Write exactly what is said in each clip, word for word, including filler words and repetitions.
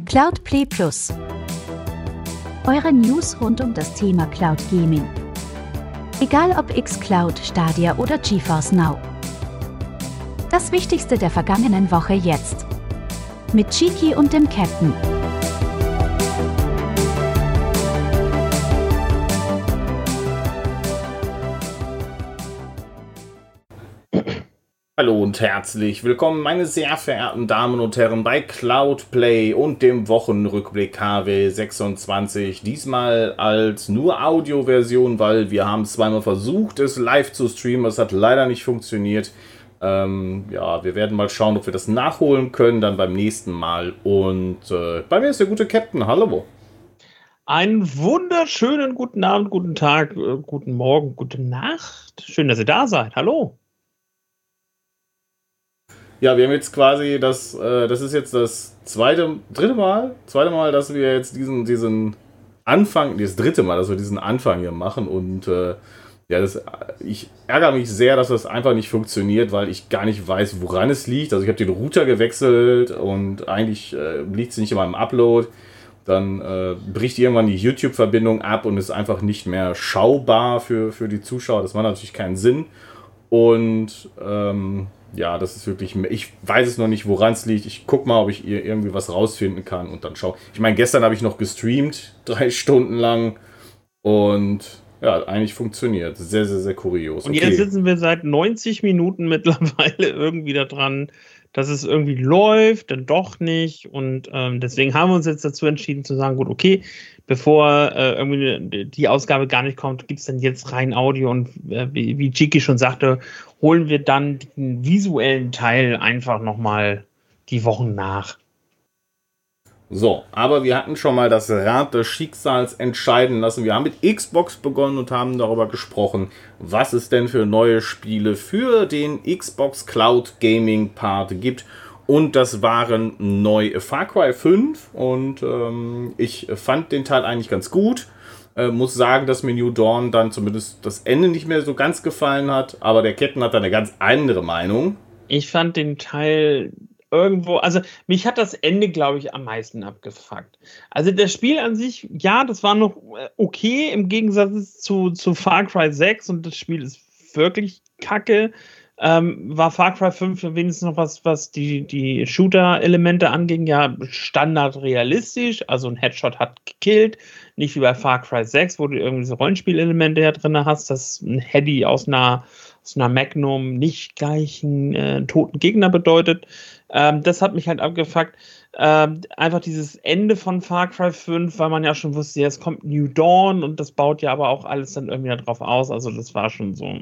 Cloudplay Plus. Eure News rund um das Thema Cloud Gaming. Egal ob xCloud, Stadia oder GeForce Now. Das Wichtigste der vergangenen Woche jetzt. Mit Cheeky und dem Captain. Hallo und herzlich willkommen, meine sehr verehrten Damen und Herren, bei Cloudplay und dem Wochenrückblick K W sechsundzwanzig. Diesmal als nur Audioversion, weil wir haben zweimal versucht, es live zu streamen. Es hat leider nicht funktioniert. Ähm, ja, wir werden mal schauen, ob wir das nachholen können, dann beim nächsten Mal. Und äh, bei mir ist der gute Captain. Hallo. Einen wunderschönen guten Abend, guten Tag, äh, guten Morgen, gute Nacht. Schön, dass ihr da seid. Hallo. Ja, wir haben jetzt quasi das, äh, das ist jetzt das zweite, dritte Mal, zweite Mal, dass wir jetzt diesen, diesen Anfang, das dritte Mal, dass wir diesen Anfang hier machen und äh, ja, das, ich ärgere mich sehr, dass das einfach nicht funktioniert, weil ich gar nicht weiß, woran es liegt. Also ich habe den Router gewechselt und eigentlich äh, liegt es nicht in meinem Upload. Dann äh, bricht irgendwann die YouTube-Verbindung ab und ist einfach nicht mehr schaubar für, für die Zuschauer. Das macht natürlich keinen Sinn. Und ähm, ja, das ist wirklich, ich weiß es noch nicht, woran es liegt. Ich guck mal, ob ich ihr irgendwie was rausfinden kann und dann schau. Ich meine, gestern habe ich noch gestreamt, drei Stunden lang und ja, eigentlich funktioniert. Sehr, sehr, sehr kurios. Und okay. Jetzt sitzen wir seit neunzig Minuten mittlerweile irgendwie da dran, dass es irgendwie läuft, dann doch nicht. Und ähm, deswegen haben wir uns jetzt dazu entschieden zu sagen, gut, okay, bevor äh, irgendwie die Ausgabe gar nicht kommt, gibt es dann jetzt rein Audio. Und äh, wie, wie Cheeky schon sagte, holen wir dann den visuellen Teil einfach nochmal die Wochen nach. So, aber wir hatten schon mal das Rad des Schicksals entscheiden lassen. Wir haben mit Xbox begonnen und haben darüber gesprochen, was es denn für neue Spiele für den Xbox Cloud Gaming Part gibt. Und das waren neu Far Cry fünf und ähm, ich fand den Teil eigentlich ganz gut. Äh, muss sagen, dass mir New Dawn dann zumindest das Ende nicht mehr so ganz gefallen hat. Aber der Captain hat da eine ganz andere Meinung. Ich fand den Teil irgendwo, also mich hat das Ende, glaube ich, am meisten abgefuckt. Also das Spiel an sich, ja, das war noch okay im Gegensatz zu, zu Far Cry sechs und das Spiel ist wirklich kacke. Ähm, war Far Cry fünf wenigstens noch was, was die, die Shooter-Elemente anging, ja, standardrealistisch, also ein Headshot hat gekillt, nicht wie bei Far Cry sechs, wo du irgendwie so Rollenspielelemente ja drin hast, dass ein Heady aus einer, aus einer Magnum nicht gleich einen äh, toten Gegner bedeutet. Ähm, das hat mich halt abgefuckt. Ähm, einfach dieses Ende von Far Cry fünf, weil man ja schon wusste, jetzt kommt New Dawn und das baut ja aber auch alles dann irgendwie darauf aus, also das war schon so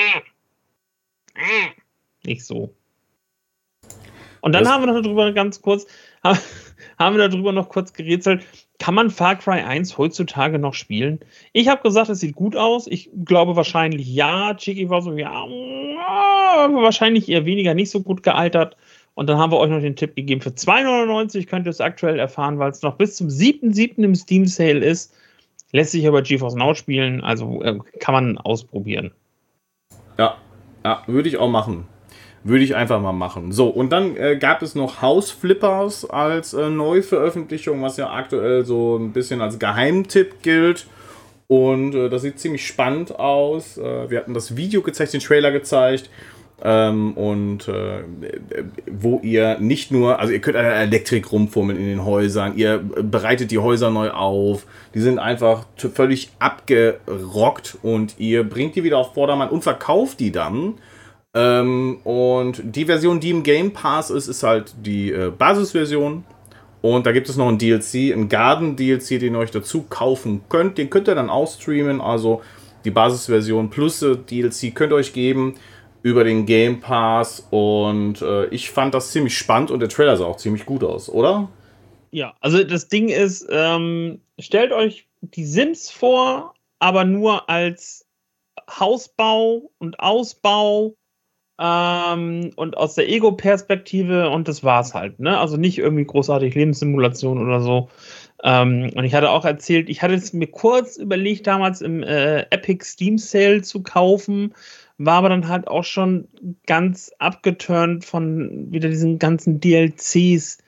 nicht so. Und dann das haben wir noch darüber ganz kurz, haben wir darüber noch kurz gerätselt, kann man Far Cry eins heutzutage noch spielen? Ich habe gesagt, es sieht gut aus. Ich glaube wahrscheinlich ja. Cheeky war so, ja, aber wahrscheinlich eher weniger, nicht so gut gealtert. Und dann haben wir euch noch den Tipp gegeben, für zwei neunundneunzig könnt ihr es aktuell erfahren, weil es noch bis zum siebten siebten im Steam Sale ist. Lässt sich aber GeForce Now spielen, also äh, kann man ausprobieren. Ja. Ja, würde ich auch machen. Würde ich einfach mal machen. So, und dann äh, gab es noch House Flippers als äh, Neuveröffentlichung, was ja aktuell so ein bisschen als Geheimtipp gilt. Und äh, das sieht ziemlich spannend aus. Äh, wir hatten das Video gezeigt, den Trailer gezeigt. Ähm, und äh, wo ihr nicht nur, also ihr könnt an der Elektrik rumfummeln in den Häusern, ihr bereitet die Häuser neu auf, die sind einfach t- völlig abgerockt und ihr bringt die wieder auf Vordermann und verkauft die dann. Ähm, und die Version, die im Game Pass ist, ist halt die äh, Basisversion. Und da gibt es noch ein D L C, ein Garden-D L C, den ihr euch dazu kaufen könnt. Den könnt ihr dann auch streamen, also die Basisversion plus äh, D L C könnt ihr euch geben über den Game Pass und äh, ich fand das ziemlich spannend und der Trailer sah auch ziemlich gut aus, oder? Ja, also das Ding ist, ähm, stellt euch die Sims vor, aber nur als Hausbau und Ausbau ähm, und aus der Ego-Perspektive und das war's halt, ne? Also nicht irgendwie großartig Lebenssimulation oder so. Ähm, und ich hatte auch erzählt, ich hatte es mir kurz überlegt, damals im äh, Epic Steam Sale zu kaufen, war aber dann halt auch schon ganz abgeturnt von wieder diesen ganzen D L Cs,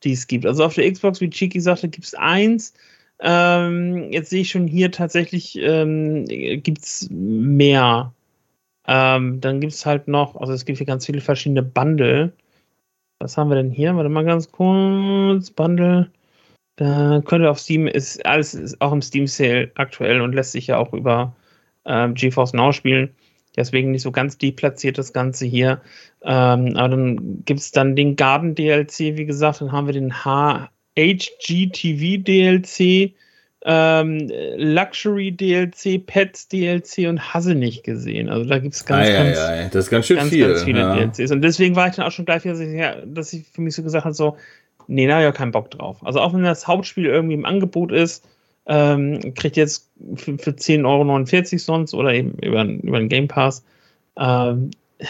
die es gibt. Also auf der Xbox, wie Chiki sagte, gibt es eins. Ähm, jetzt sehe ich schon hier tatsächlich, ähm, gibt es mehr. Ähm, dann gibt es halt noch, also es gibt hier ganz viele verschiedene Bundle. Was haben wir denn hier? Warte mal ganz kurz. Bundle. Da könnt ihr auf Steam, ist alles ist auch im Steam Sale aktuell und lässt sich ja auch über ähm, GeForce Now spielen. Deswegen nicht so ganz deplatziert das Ganze hier. Ähm, aber dann gibt es dann den Garden D L C, wie gesagt. Dann haben wir den H G T V D L C, ähm, Luxury D L C, Pets D L C und Hasse nicht gesehen. Also da gibt es ganz, ei, ganz, ei, ei. Das ist ganz schön ganz, viel. ganz viele ja. D L Cs. Und deswegen war ich dann auch schon gleich, dass ich, ja, dass ich für mich so gesagt habe, so, nee, da habe ich ja keinen Bock drauf. Also auch wenn das Hauptspiel irgendwie im Angebot ist, ähm, kriegt jetzt für, für zehn Euro neunundvierzig sonst oder eben über, über den Game Pass. Ähm,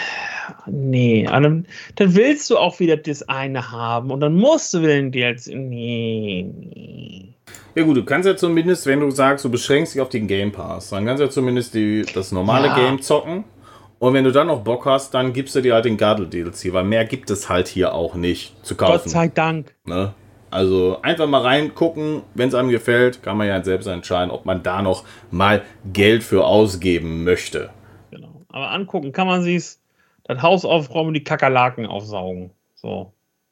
nee, dann, dann willst du auch wieder das eine haben und dann musst du wieder den D L C. Nee, nee. Ja gut, du kannst ja zumindest, wenn du sagst, du beschränkst dich auf den Game Pass, dann kannst du ja zumindest die, das normale ja. Game zocken. Und wenn du dann noch Bock hast, dann gibst du dir halt den Gardel D L C, weil mehr gibt es halt hier auch nicht zu kaufen. Gott sei Dank. Ne? Also einfach mal reingucken, wenn es einem gefällt, kann man ja selbst entscheiden, ob man da noch mal Geld für ausgeben möchte. Genau. Aber angucken kann man sich's, das Haus aufräumen und die Kakerlaken aufsaugen. So.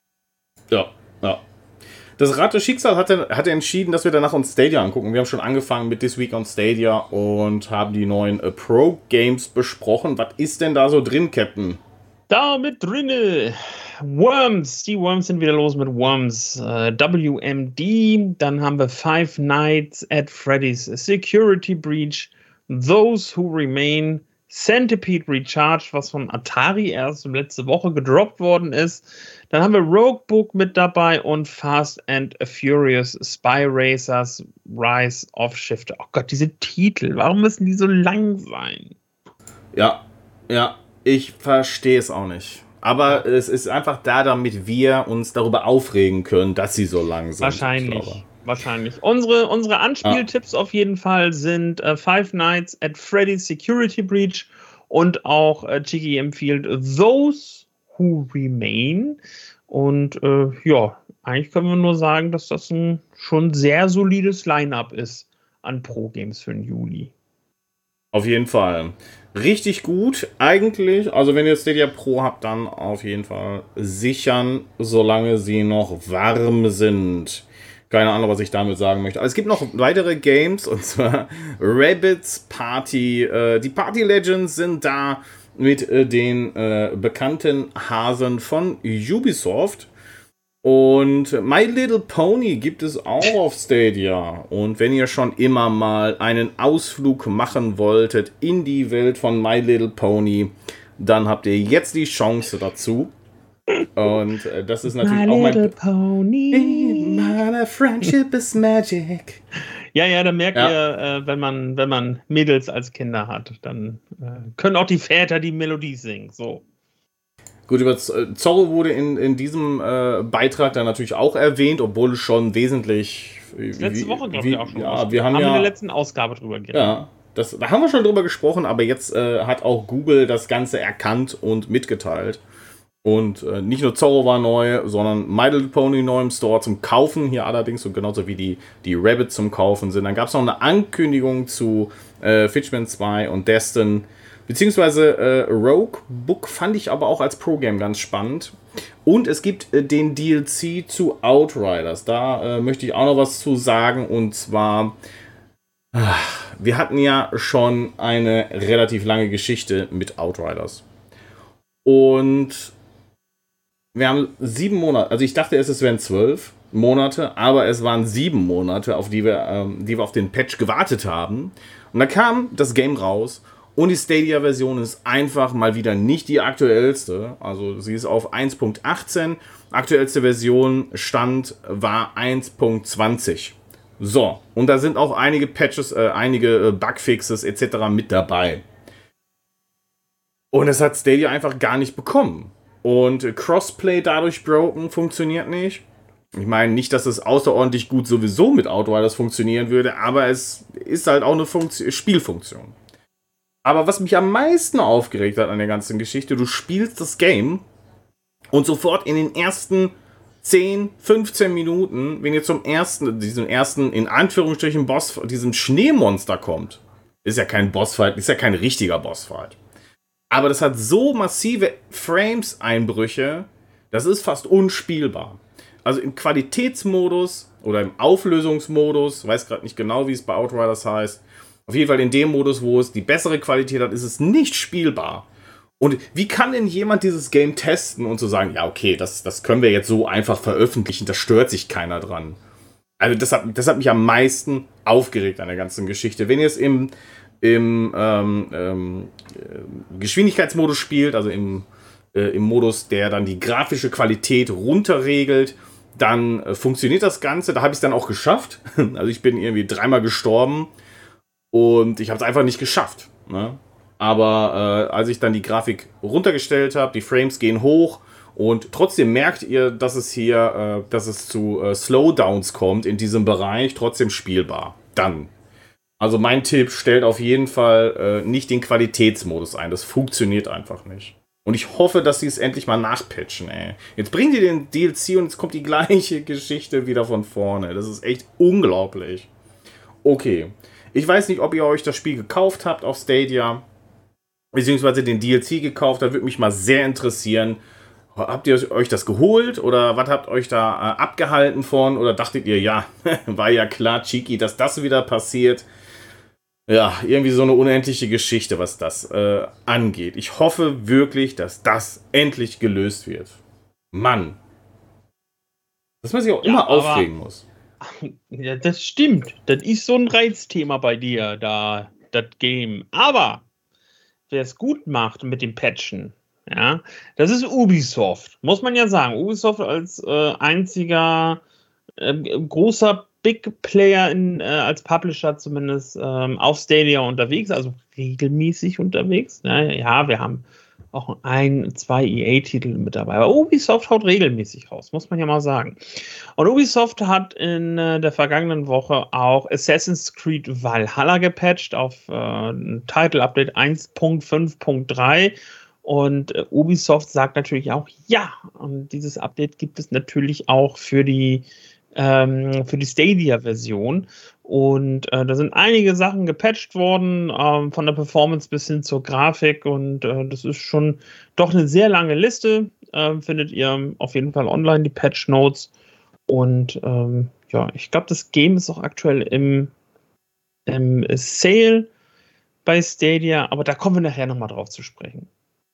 Ja, ja. Das Rad des Schicksals hat, hat entschieden, dass wir danach uns Stadia angucken. Wir haben schon angefangen mit This Week on Stadia und haben die neuen äh, Pro-Games besprochen. Was ist denn da so drin, Captain? Da mit drinne Worms. Die Worms sind wieder los mit Worms. Äh, W M D. Dann haben wir Five Nights at Freddy's Security Breach. Those Who Remain. Centipede Recharge, was von Atari erst letzte Woche gedroppt worden ist. Dann haben wir Roguebook mit dabei und Fast and Furious Spy Racers Rise of Shifter. Oh Gott, diese Titel, warum müssen die so lang sein? Ja, ja, ich verstehe es auch nicht. Aber es ist einfach da, damit wir uns darüber aufregen können, dass sie so lang sind. Wahrscheinlich. Wahrscheinlich. Unsere, unsere Anspieltipps ah. auf jeden Fall sind äh, Five Nights at Freddy's Security Breach und auch äh, Chiki empfiehlt Those Who Remain. Und äh, ja, eigentlich können wir nur sagen, dass das ein schon sehr solides Line-Up ist an Pro-Games für den Juli. Auf jeden Fall. Richtig gut, eigentlich. Also wenn ihr Stadia Pro habt, dann auf jeden Fall sichern, solange sie noch warm sind. Keine Ahnung, was ich damit sagen möchte. Aber es gibt noch weitere Games, und zwar Rabbids Party. Äh, die Party Legends sind da mit äh, den äh, bekannten Hasen von Ubisoft. Und My Little Pony gibt es auch auf Stadia. Und wenn ihr schon immer mal einen Ausflug machen wolltet in die Welt von My Little Pony, dann habt ihr jetzt die Chance dazu. Und äh, das ist natürlich My auch mein... Little Pony. My friendship is magic. Ja, ja, da merkt ja. ihr, äh, wenn man, wenn man Mädels als Kinder hat, dann äh, können auch die Väter die Melodie singen. So. Gut, über Zorro wurde in, in diesem äh, Beitrag dann natürlich auch erwähnt, obwohl es schon wesentlich... Letzte Woche, glaube ich, auch schon. Ja, wir haben, haben ja, wir in der letzten Ausgabe drüber geredet. Ja, das, da haben wir schon drüber gesprochen, aber jetzt äh, hat auch Google das Ganze erkannt und mitgeteilt. Und äh, nicht nur Zorro war neu, sondern My Little Pony neu im Store zum Kaufen hier allerdings und genauso wie die, die Rabbids zum Kaufen sind. Dann gab es noch eine Ankündigung zu äh, Fishman zwei und Destin, beziehungsweise äh, Roguebook fand ich aber auch als Pro-Game ganz spannend. Und es gibt äh, den D L C zu Outriders. Da äh, möchte ich auch noch was zu sagen und zwar... Wir hatten ja schon eine relativ lange Geschichte mit Outriders. Und wir haben sieben Monate, also ich dachte erst, es wären zwölf Monate, aber es waren sieben Monate, auf die wir, ähm, die wir auf den Patch gewartet haben. Und da kam das Game raus und die Stadia-Version ist einfach mal wieder nicht die aktuellste. Also sie ist auf eins Punkt achtzehn, aktuellste Version Stand war eins Punkt zwanzig. So, und da sind auch einige Patches, äh, einige Bugfixes et cetera mit dabei. Und es hat Stadia einfach gar nicht bekommen. Und Crossplay dadurch broken funktioniert nicht. Ich meine, nicht, dass es außerordentlich gut sowieso mit Outriders funktionieren würde, aber es ist halt auch eine Funktion, Spielfunktion. Aber was mich am meisten aufgeregt hat an der ganzen Geschichte, du spielst das Game und sofort in den ersten zehn, fünfzehn Minuten, wenn ihr zum ersten, diesen ersten, in Anführungsstrichen, Boss, diesem Schneemonster kommt. Ist ja kein Bossfight, ist ja kein richtiger Bossfight. Aber das hat so massive Frames-Einbrüche, das ist fast unspielbar. Also im Qualitätsmodus oder im Auflösungsmodus, weiß gerade nicht genau, wie es bei Outriders heißt, auf jeden Fall in dem Modus, wo es die bessere Qualität hat, ist es nicht spielbar. Und wie kann denn jemand dieses Game testen und so sagen, ja okay, das, das können wir jetzt so einfach veröffentlichen, da stört sich keiner dran. Also das hat, das hat mich am meisten aufgeregt an der ganzen Geschichte. Wenn ihr es im im ähm, ähm, Geschwindigkeitsmodus spielt, also im, äh, im Modus, der dann die grafische Qualität runterregelt, dann äh, funktioniert das Ganze. Da habe ich es dann auch geschafft. Also ich bin irgendwie dreimal gestorben und ich habe es einfach nicht geschafft. Ne? Aber äh, als ich dann die Grafik runtergestellt habe, die Frames gehen hoch und trotzdem merkt ihr, dass es hier, äh, dass es zu äh, Slowdowns kommt in diesem Bereich, trotzdem spielbar. Dann. Also mein Tipp, stellt auf jeden Fall äh, nicht den Qualitätsmodus ein. Das funktioniert einfach nicht. Und ich hoffe, dass sie es endlich mal nachpatchen, ey. Jetzt bringen die den D L C und jetzt kommt die gleiche Geschichte wieder von vorne. Das ist echt unglaublich. Okay. Ich weiß nicht, ob ihr euch das Spiel gekauft habt auf Stadia, beziehungsweise den D L C gekauft. Da würde mich mal sehr interessieren. Habt ihr euch das geholt oder was habt euch da äh, abgehalten von? Oder dachtet ihr, ja, war ja klar, Cheeky, dass das wieder passiert? Ja, irgendwie so eine unendliche Geschichte, was das äh, angeht. Ich hoffe wirklich, dass das endlich gelöst wird. Mann. Dass man sich auch ja, immer aufregen muss. Ja, das stimmt. Das ist so ein Reizthema bei dir, da, das Game. Aber wer es gut macht mit dem Patchen, ja, das ist Ubisoft. Muss man ja sagen. Ubisoft als äh, einziger äh, großer Big Player in, äh, als Publisher zumindest ähm, auf Stadia unterwegs, also regelmäßig unterwegs. Ne? Ja, wir haben auch ein, zwei E A-Titel mit dabei, aber Ubisoft haut regelmäßig raus, muss man ja mal sagen. Und Ubisoft hat in äh, der vergangenen Woche auch Assassin's Creed Valhalla gepatcht auf äh, Title Update eins Punkt fünf Punkt drei und äh, Ubisoft sagt natürlich auch, ja, und dieses Update gibt es natürlich auch für die Ähm, für die Stadia-Version. Und äh, da sind einige Sachen gepatcht worden, ähm, von der Performance bis hin zur Grafik. Und äh, das ist schon doch eine sehr lange Liste. Äh, findet ihr auf jeden Fall online, die Patch-Notes. Und ähm, ja, ich glaube, das Game ist auch aktuell im, im Sale bei Stadia. Aber da kommen wir nachher nochmal drauf zu sprechen.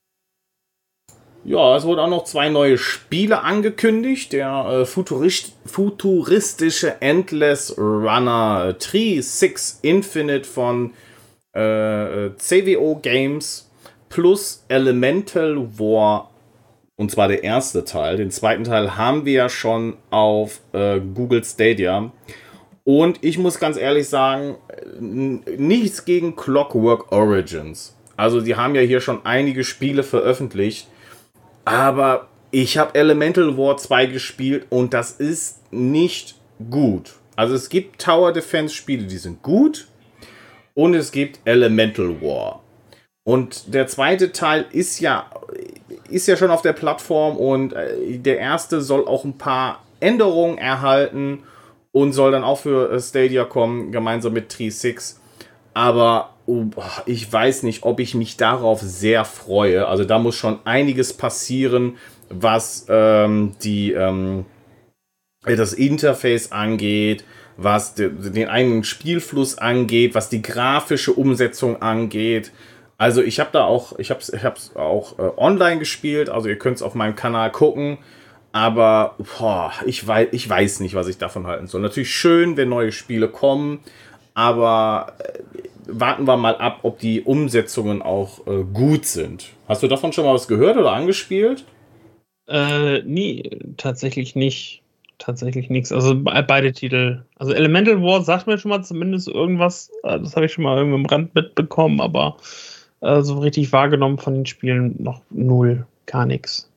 Ja, es wurden auch noch zwei neue Spiele angekündigt. Der äh, futurist, futuristische Endless Runner Tree six Infinite von äh, C W O Games plus Elemental War, und zwar der erste Teil. Den zweiten Teil haben wir ja schon auf äh, Google Stadia. Und ich muss ganz ehrlich sagen, nichts gegen Clockwork Origins. Also die haben ja hier schon einige Spiele veröffentlicht. Aber ich habe Elemental War zwei gespielt und das ist nicht gut. Also es gibt Tower Defense Spiele, die sind gut. Und es gibt Elemental War. Und der zweite Teil ist ja, ist ja schon auf der Plattform und der erste soll auch ein paar Änderungen erhalten und soll dann auch für Stadia kommen, gemeinsam mit Tree six. Aber oh, ich weiß nicht, ob ich mich darauf sehr freue. Also da muss schon einiges passieren, was ähm, die, ähm, das Interface angeht, was de, den eigenen Spielfluss angeht, was die grafische Umsetzung angeht. Also ich habe da auch, ich habe es ich hab's auch äh, online gespielt, also ihr könnt es auf meinem Kanal gucken. Aber boah, ich, weiß, ich weiß nicht, was ich davon halten soll. Natürlich schön, wenn neue Spiele kommen. Aber äh, warten wir mal ab, ob die Umsetzungen auch äh, gut sind. Hast du davon schon mal was gehört oder angespielt? Äh, nee, tatsächlich nicht. Tatsächlich nichts. Also be- beide Titel. Also Elemental War sagt mir schon mal zumindest irgendwas. Äh, das habe ich schon mal irgendwo im Rand mitbekommen, aber äh, so richtig wahrgenommen von den Spielen noch null. Gar nichts.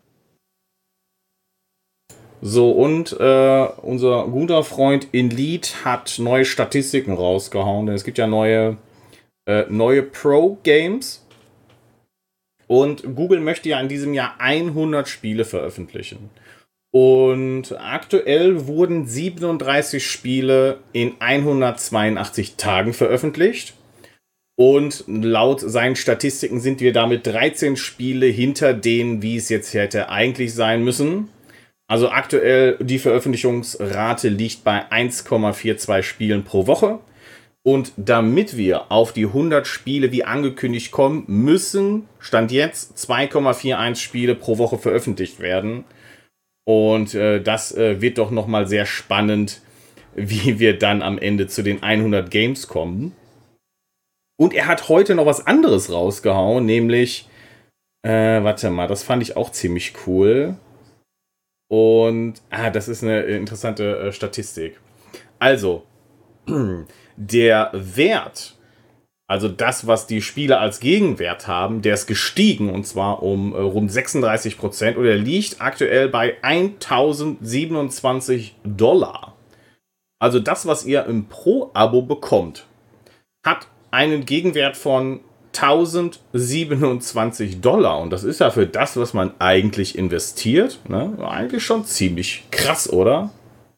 So, und äh, unser guter Freund Inlead hat neue Statistiken rausgehauen, denn es gibt ja neue, äh, neue Pro-Games. Und Google möchte ja in diesem Jahr hundert Spiele veröffentlichen. Und aktuell wurden siebenunddreißig Spiele in hundertzweiundachtzig Tagen veröffentlicht. Und laut seinen Statistiken sind wir damit dreizehn Spiele hinter denen, wie es jetzt hätte eigentlich sein müssen. Also aktuell die Veröffentlichungsrate liegt bei eins Komma zweiundvierzig Spielen pro Woche. Und damit wir auf die hundert Spiele wie angekündigt kommen, müssen, Stand jetzt, zwei Komma einundvierzig Spiele pro Woche veröffentlicht werden. Und äh, das äh, wird doch nochmal sehr spannend, wie wir dann am Ende zu den hundert Games kommen. Und er hat heute noch was anderes rausgehauen, nämlich, äh, warte mal, das fand ich auch ziemlich cool. Und, ah, das ist eine interessante äh, Statistik. Also, der Wert, also das, was die Spieler als Gegenwert haben, der ist gestiegen, und zwar um äh, rund sechsunddreißig Prozent, und er liegt aktuell bei tausendsiebenundzwanzig Dollar. Also das, was ihr im Pro-Abo bekommt, hat einen Gegenwert von tausendsiebenundzwanzig Dollar. Und das ist ja für das, was man eigentlich investiert, ne, eigentlich schon ziemlich krass, oder?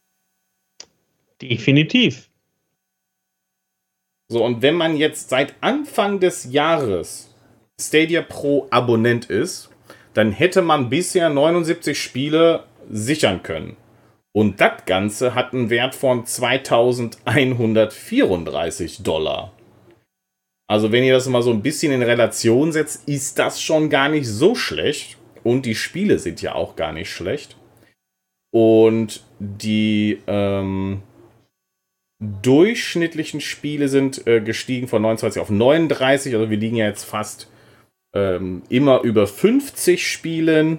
Definitiv. So, und wenn man jetzt seit Anfang des Jahres Stadia Pro Abonnent ist, dann hätte man bisher neunundsiebzig Spiele sichern können. Und das Ganze hat einen Wert von zweitausendeinhundertvierunddreißig Dollar. Also wenn ihr das mal so ein bisschen in Relation setzt, ist das schon gar nicht so schlecht. Und die Spiele sind ja auch gar nicht schlecht. Und die ähm, durchschnittlichen Spiele sind äh, gestiegen von neunundzwanzig auf neununddreißig. Also wir liegen ja jetzt fast ähm, immer über fünfzig Spielen.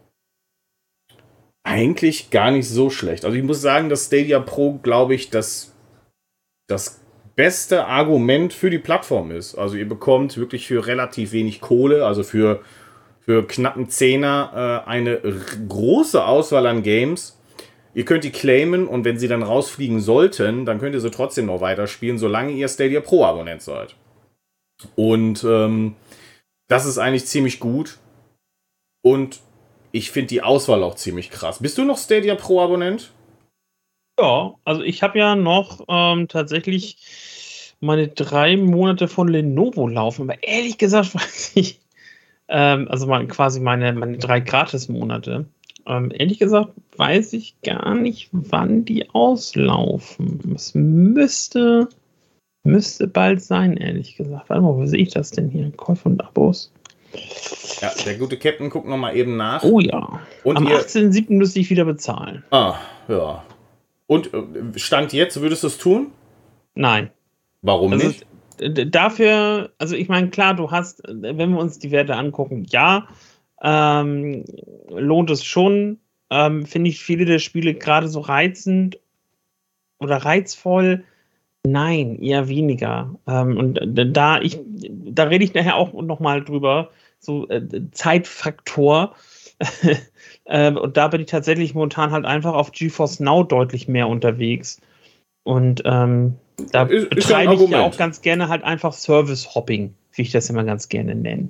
Eigentlich gar nicht so schlecht. Also ich muss sagen, dass Stadia Pro, glaube ich, das, das beste Argument für die Plattform ist. Also ihr bekommt wirklich für relativ wenig Kohle, also für, für knappen Zehner, äh, eine r- große Auswahl an Games. Ihr könnt die claimen, und wenn sie dann rausfliegen sollten, dann könnt ihr sie trotzdem noch weiterspielen, solange ihr Stadia Pro Abonnent seid. Und ähm, das ist eigentlich ziemlich gut. Und ich finde die Auswahl auch ziemlich krass. Bist du noch Stadia Pro Abonnent? Ja, also ich habe ja noch ähm, tatsächlich meine drei Monate von Lenovo laufen, aber ehrlich gesagt weiß ich, ähm, also mein, quasi meine, meine drei Gratis-Monate, ähm, ehrlich gesagt weiß ich gar nicht, wann die auslaufen. Es müsste, müsste bald sein, ehrlich gesagt. Warte mal, wo sehe ich das denn hier? Käufe und Abos. Ja, der gute Captain guckt noch mal eben nach. Oh ja, und am ihr achtzehnten siebten müsste ich wieder bezahlen. Ah, ja. Und Stand jetzt, würdest du es tun? Nein. Warum also, nicht? d- Dafür, also ich meine, klar, du hast, wenn wir uns die Werte angucken, ja, ähm, lohnt es schon. Ähm, finde ich viele der Spiele gerade so reizend oder reizvoll? Nein, eher weniger. Ähm, und d- da ich, da rede ich nachher auch nochmal drüber, so äh, Zeitfaktor. ähm, und da bin ich tatsächlich momentan halt einfach auf GeForce Now deutlich mehr unterwegs. Und ähm, da Ist- ist ja ein betreibe ich ja Argument. auch ganz gerne halt einfach Service-Hopping, wie ich das immer ganz gerne nenne.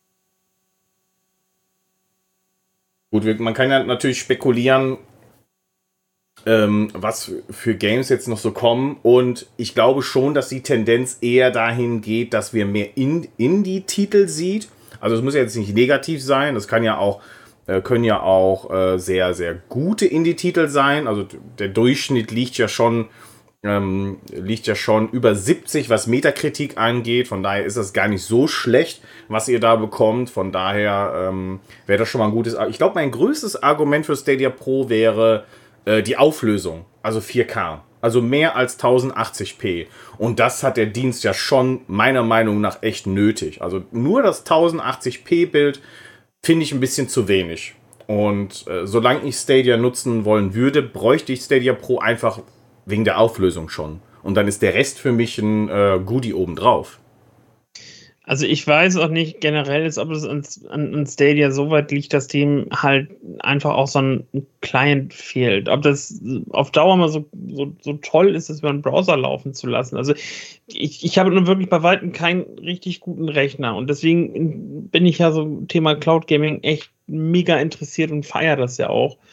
Gut, wir- man kann ja natürlich spekulieren, ähm, was für Games jetzt noch so kommen. Und ich glaube schon, dass die Tendenz eher dahin geht, dass wir mehr In- Indie-Titel sieht. Also es muss ja jetzt nicht negativ sein. Das kann ja auch, äh, können ja auch äh, sehr, sehr gute Indie-Titel sein. Also d- der Durchschnitt liegt ja schon, ähm, liegt ja schon über siebzig, was Metakritik angeht. Von daher ist das gar nicht so schlecht, was ihr da bekommt. Von daher ähm, wäre das schon mal ein gutes. Ich glaube, mein größtes Argument für Stadia Pro wäre äh, die Auflösung, also vier K. Also mehr als tausendachtzig p. Und das hat der Dienst ja schon meiner Meinung nach echt nötig. Also nur das tausendachtzig p Bild finde ich ein bisschen zu wenig. Und äh, solange ich Stadia nutzen wollen würde, bräuchte ich Stadia Pro einfach wegen der Auflösung schon. Und dann ist der Rest für mich ein äh, Goodie obendrauf. Also ich weiß auch nicht generell, ist, ob es an, an, an Stadia so weit liegt, dass dem halt einfach auch so ein Client fehlt. Ob das auf Dauer mal so, so, so toll ist, das über einen Browser laufen zu lassen. Also ich, ich habe nun wirklich bei weitem keinen richtig guten Rechner. Und deswegen bin ich ja so Thema Cloud Gaming echt mega interessiert und feiere das ja auch.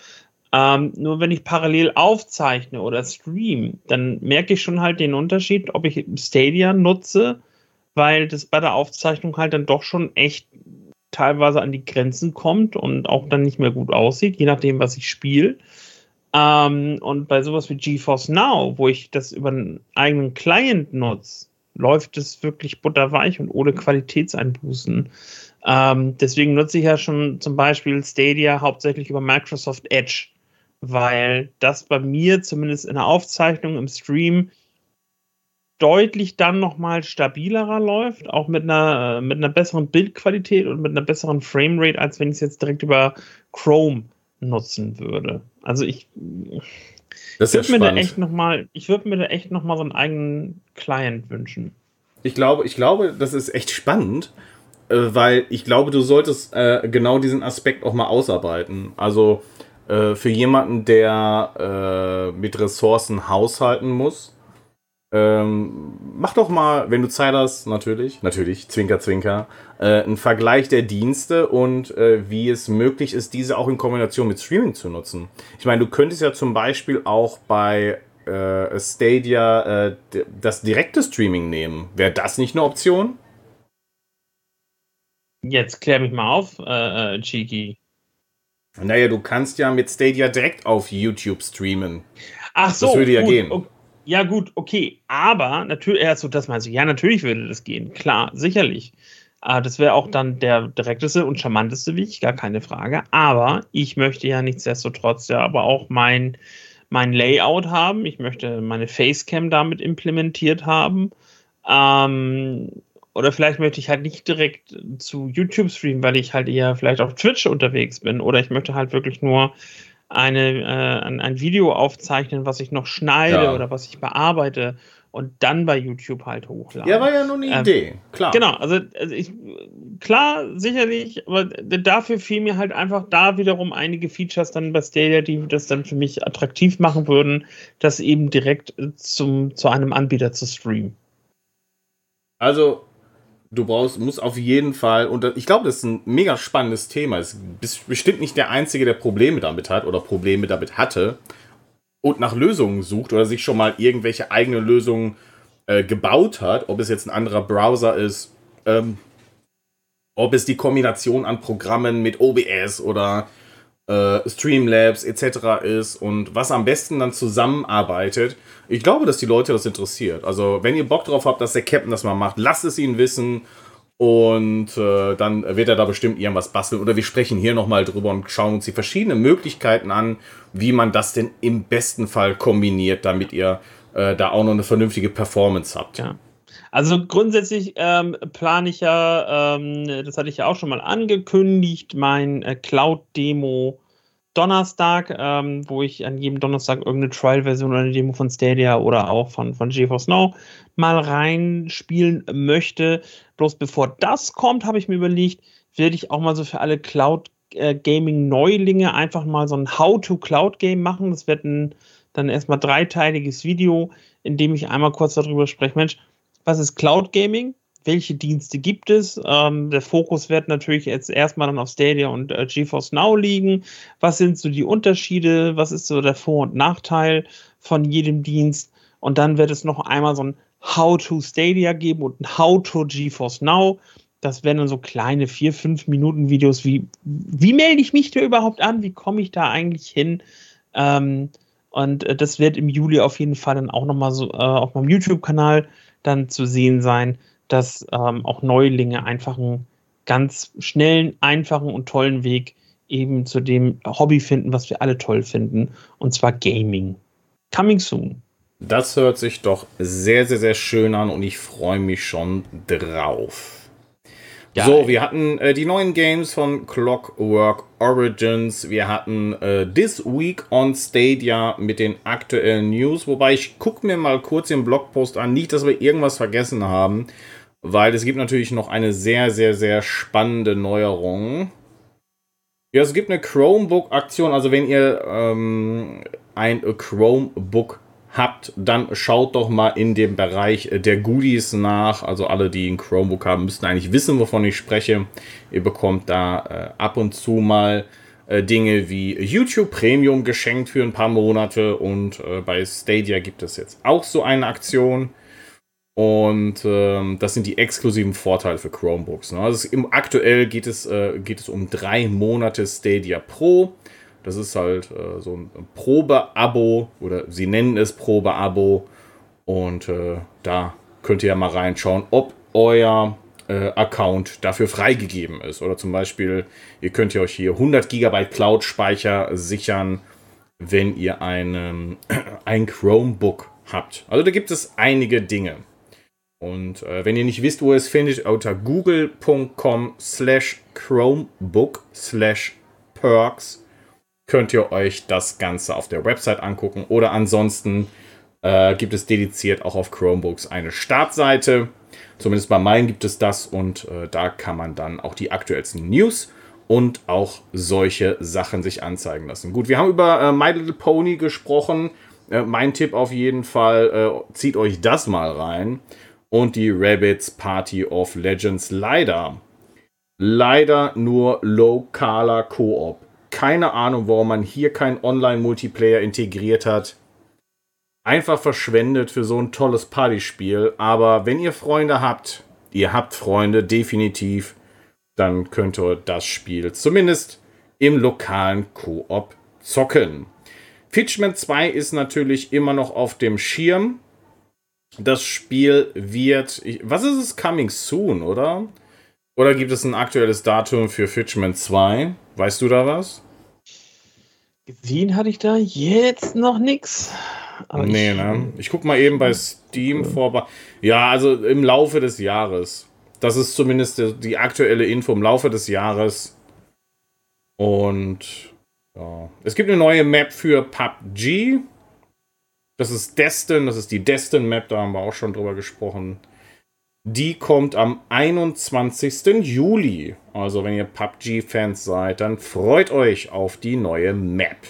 Ähm, nur wenn ich parallel aufzeichne oder stream, dann merke ich schon halt den Unterschied, ob ich Stadia nutze, weil das bei der Aufzeichnung halt dann doch schon echt teilweise an die Grenzen kommt und auch dann nicht mehr gut aussieht, je nachdem, was ich spiele. Ähm, und bei sowas wie GeForce Now, wo ich das über einen eigenen Client nutze, läuft es wirklich butterweich und ohne Qualitätseinbußen. Ähm, deswegen nutze ich ja schon zum Beispiel Stadia hauptsächlich über Microsoft Edge, weil das bei mir zumindest in der Aufzeichnung im Stream deutlich dann nochmal stabilerer läuft, auch mit einer, mit einer besseren Bildqualität und mit einer besseren Framerate, als wenn ich es jetzt direkt über Chrome nutzen würde. Also ich, das ist würde ja mir da spannend. echt nochmal, ich würde mir da echt nochmal so einen eigenen Client wünschen. Ich glaube, ich glaube, das ist echt spannend, äh, weil ich glaube, du solltest äh, genau diesen Aspekt auch mal ausarbeiten. Also äh, für jemanden, der äh, mit Ressourcen haushalten muss, ähm, mach doch mal, wenn du Zeit hast, natürlich, natürlich, Zwinker, Zwinker, äh, einen Vergleich der Dienste und äh, wie es möglich ist, diese auch in Kombination mit Streaming zu nutzen. Ich meine, du könntest ja zum Beispiel auch bei äh, Stadia äh, d- das direkte Streaming nehmen. Wäre das nicht eine Option? Jetzt klär mich mal auf, äh, äh, Cheeky. Naja, du kannst ja mit Stadia direkt auf YouTube streamen. Ach so, Das würde ja gut, gehen. Okay. Ja, gut, okay. Aber natürlich, also das meinst du, ja, natürlich würde das gehen. Klar, sicherlich. Äh, das wäre auch dann der direkteste und charmanteste Weg, gar keine Frage. Aber ich möchte ja nichtsdestotrotz ja aber auch mein, mein Layout haben. Ich möchte meine Facecam damit implementiert haben. Ähm, oder vielleicht möchte ich halt nicht direkt zu YouTube streamen, weil ich halt eher vielleicht auf Twitch unterwegs bin. Oder ich möchte halt wirklich nur eine, äh, ein, ein Video aufzeichnen, was ich noch schneide Ja. oder was ich bearbeite und dann bei YouTube halt hochladen. Ja, war ja nur eine Ähm, Idee, klar. Genau, also, also ich, klar, sicherlich, aber dafür fehlen mir halt einfach da wiederum einige Features dann bei Stadia, die das dann für mich attraktiv machen würden, das eben direkt zum, zu einem Anbieter zu streamen. Also, du brauchst, musst auf jeden Fall, und ich glaube, das ist ein mega spannendes Thema. Es ist bestimmt nicht der Einzige, der Probleme damit hat oder Probleme damit hatte und nach Lösungen sucht oder sich schon mal irgendwelche eigene Lösungen äh, gebaut hat, ob es jetzt ein anderer Browser ist, ähm, ob es die Kombination an Programmen mit O B S oder äh, Streamlabs et cetera ist und was am besten dann zusammenarbeitet. Ich glaube, dass die Leute das interessiert. Also, wenn ihr Bock drauf habt, dass der Captain das mal macht, lasst es ihn wissen und äh, dann wird er da bestimmt irgendwas basteln. Oder wir sprechen hier nochmal drüber und schauen uns die verschiedenen Möglichkeiten an, wie man das denn im besten Fall kombiniert, damit ihr äh, da auch noch eine vernünftige Performance habt. Ja. Also grundsätzlich ähm, plane ich ja, ähm, das hatte ich ja auch schon mal angekündigt, mein äh, Cloud-Demo Donnerstag, ähm, wo ich an jedem Donnerstag irgendeine Trial-Version oder eine Demo von Stadia oder auch von, von GeForce Now mal reinspielen möchte. Bloß bevor das kommt, habe ich mir überlegt, werde ich auch mal so für alle Cloud-Gaming-Neulinge einfach mal so ein How-to-Cloud-Game machen. Das wird ein dann erstmal dreiteiliges Video, in dem ich einmal kurz darüber spreche, Mensch, was ist Cloud Gaming? Welche Dienste gibt es? Ähm, der Fokus wird natürlich jetzt erstmal dann auf Stadia und äh, GeForce Now liegen. Was sind so die Unterschiede? Was ist so der Vor- und Nachteil von jedem Dienst? Und dann wird es noch einmal so ein How-to Stadia geben und ein How-to GeForce Now. Das wären dann so kleine vier, fünf Minuten Videos wie, wie melde ich mich da überhaupt an? Wie komme ich da eigentlich hin? Ähm, und äh, das wird im Juli auf jeden Fall dann auch nochmal so äh, auf meinem YouTube-Kanal dann zu sehen sein, dass ähm, auch Neulinge einfach einen ganz schnellen, einfachen und tollen Weg eben zu dem Hobby finden, was wir alle toll finden, und zwar Gaming. Coming soon. Das hört sich doch sehr, sehr, sehr schön an und ich freue mich schon drauf. Ja, so, wir hatten äh, die neuen Games von Clockwork Origins. Wir hatten äh, This Week on Stadia mit den aktuellen News. Wobei ich gucke mir mal kurz den Blogpost an. Nicht, dass wir irgendwas vergessen haben. Weil es gibt natürlich noch eine sehr, sehr, sehr spannende Neuerung. Ja, es gibt eine Chromebook-Aktion. Also wenn ihr ähm, ein Chromebook habt, dann schaut doch mal in dem Bereich der Goodies nach. Also alle, die ein Chromebook haben, müssten eigentlich wissen, wovon ich spreche. Ihr bekommt da äh, ab und zu mal äh, Dinge wie YouTube Premium geschenkt für ein paar Monate und äh, bei Stadia gibt es jetzt auch so eine Aktion. Und ähm, das sind die exklusiven Vorteile für Chromebooks. Ne? Also im, aktuell geht es, äh, geht es um drei Monate Stadia Pro. Das ist halt äh, so ein Probe-Abo oder sie nennen es Probe-Abo. Und äh, da könnt ihr ja mal reinschauen, ob euer äh, Account dafür freigegeben ist. Oder zum Beispiel, ihr könnt ja euch hier hundert Gigabyte Cloud-Speicher sichern, wenn ihr einen, ein Chromebook habt. Also da gibt es einige Dinge. Und äh, wenn ihr nicht wisst, wo ihr es findet, unter google.com slash Chromebook slash Perks könnt ihr euch das Ganze auf der Website angucken. Oder ansonsten äh, gibt es dediziert auch auf Chromebooks eine Startseite. Zumindest bei meinen gibt es das. Und äh, da kann man dann auch die aktuellsten News und auch solche Sachen sich anzeigen lassen. Gut, wir haben über äh, My Little Pony gesprochen. Äh, mein Tipp auf jeden Fall, äh, zieht euch das mal rein. Und die Rabbids Party of Legends leider. Leider nur lokaler Koop. Keine Ahnung, warum man hier keinen Online-Multiplayer integriert hat. Einfach verschwendet für so ein tolles Partyspiel. Aber wenn ihr Freunde habt, ihr habt Freunde, definitiv, dann könnt ihr das Spiel zumindest im lokalen Koop zocken. Fishman zwei ist natürlich immer noch auf dem Schirm. Das Spiel wird... Was ist es? Coming soon, oder? Oder gibt es ein aktuelles Datum für Fishman zwei? Weißt du da was? Gesehen hatte ich da jetzt noch nichts. Nee, ich, ne? Ich guck mal eben bei Steam vorbei. Ja, also im Laufe des Jahres. Das ist zumindest die, die aktuelle Info im Laufe des Jahres. Und ja. Es gibt eine neue Map für P U B G. Das ist Destin, das ist die Destin-Map, da haben wir auch schon drüber gesprochen. Die kommt am einundzwanzigsten Juli. Also wenn ihr P U B G-Fans seid, dann freut euch auf die neue Map.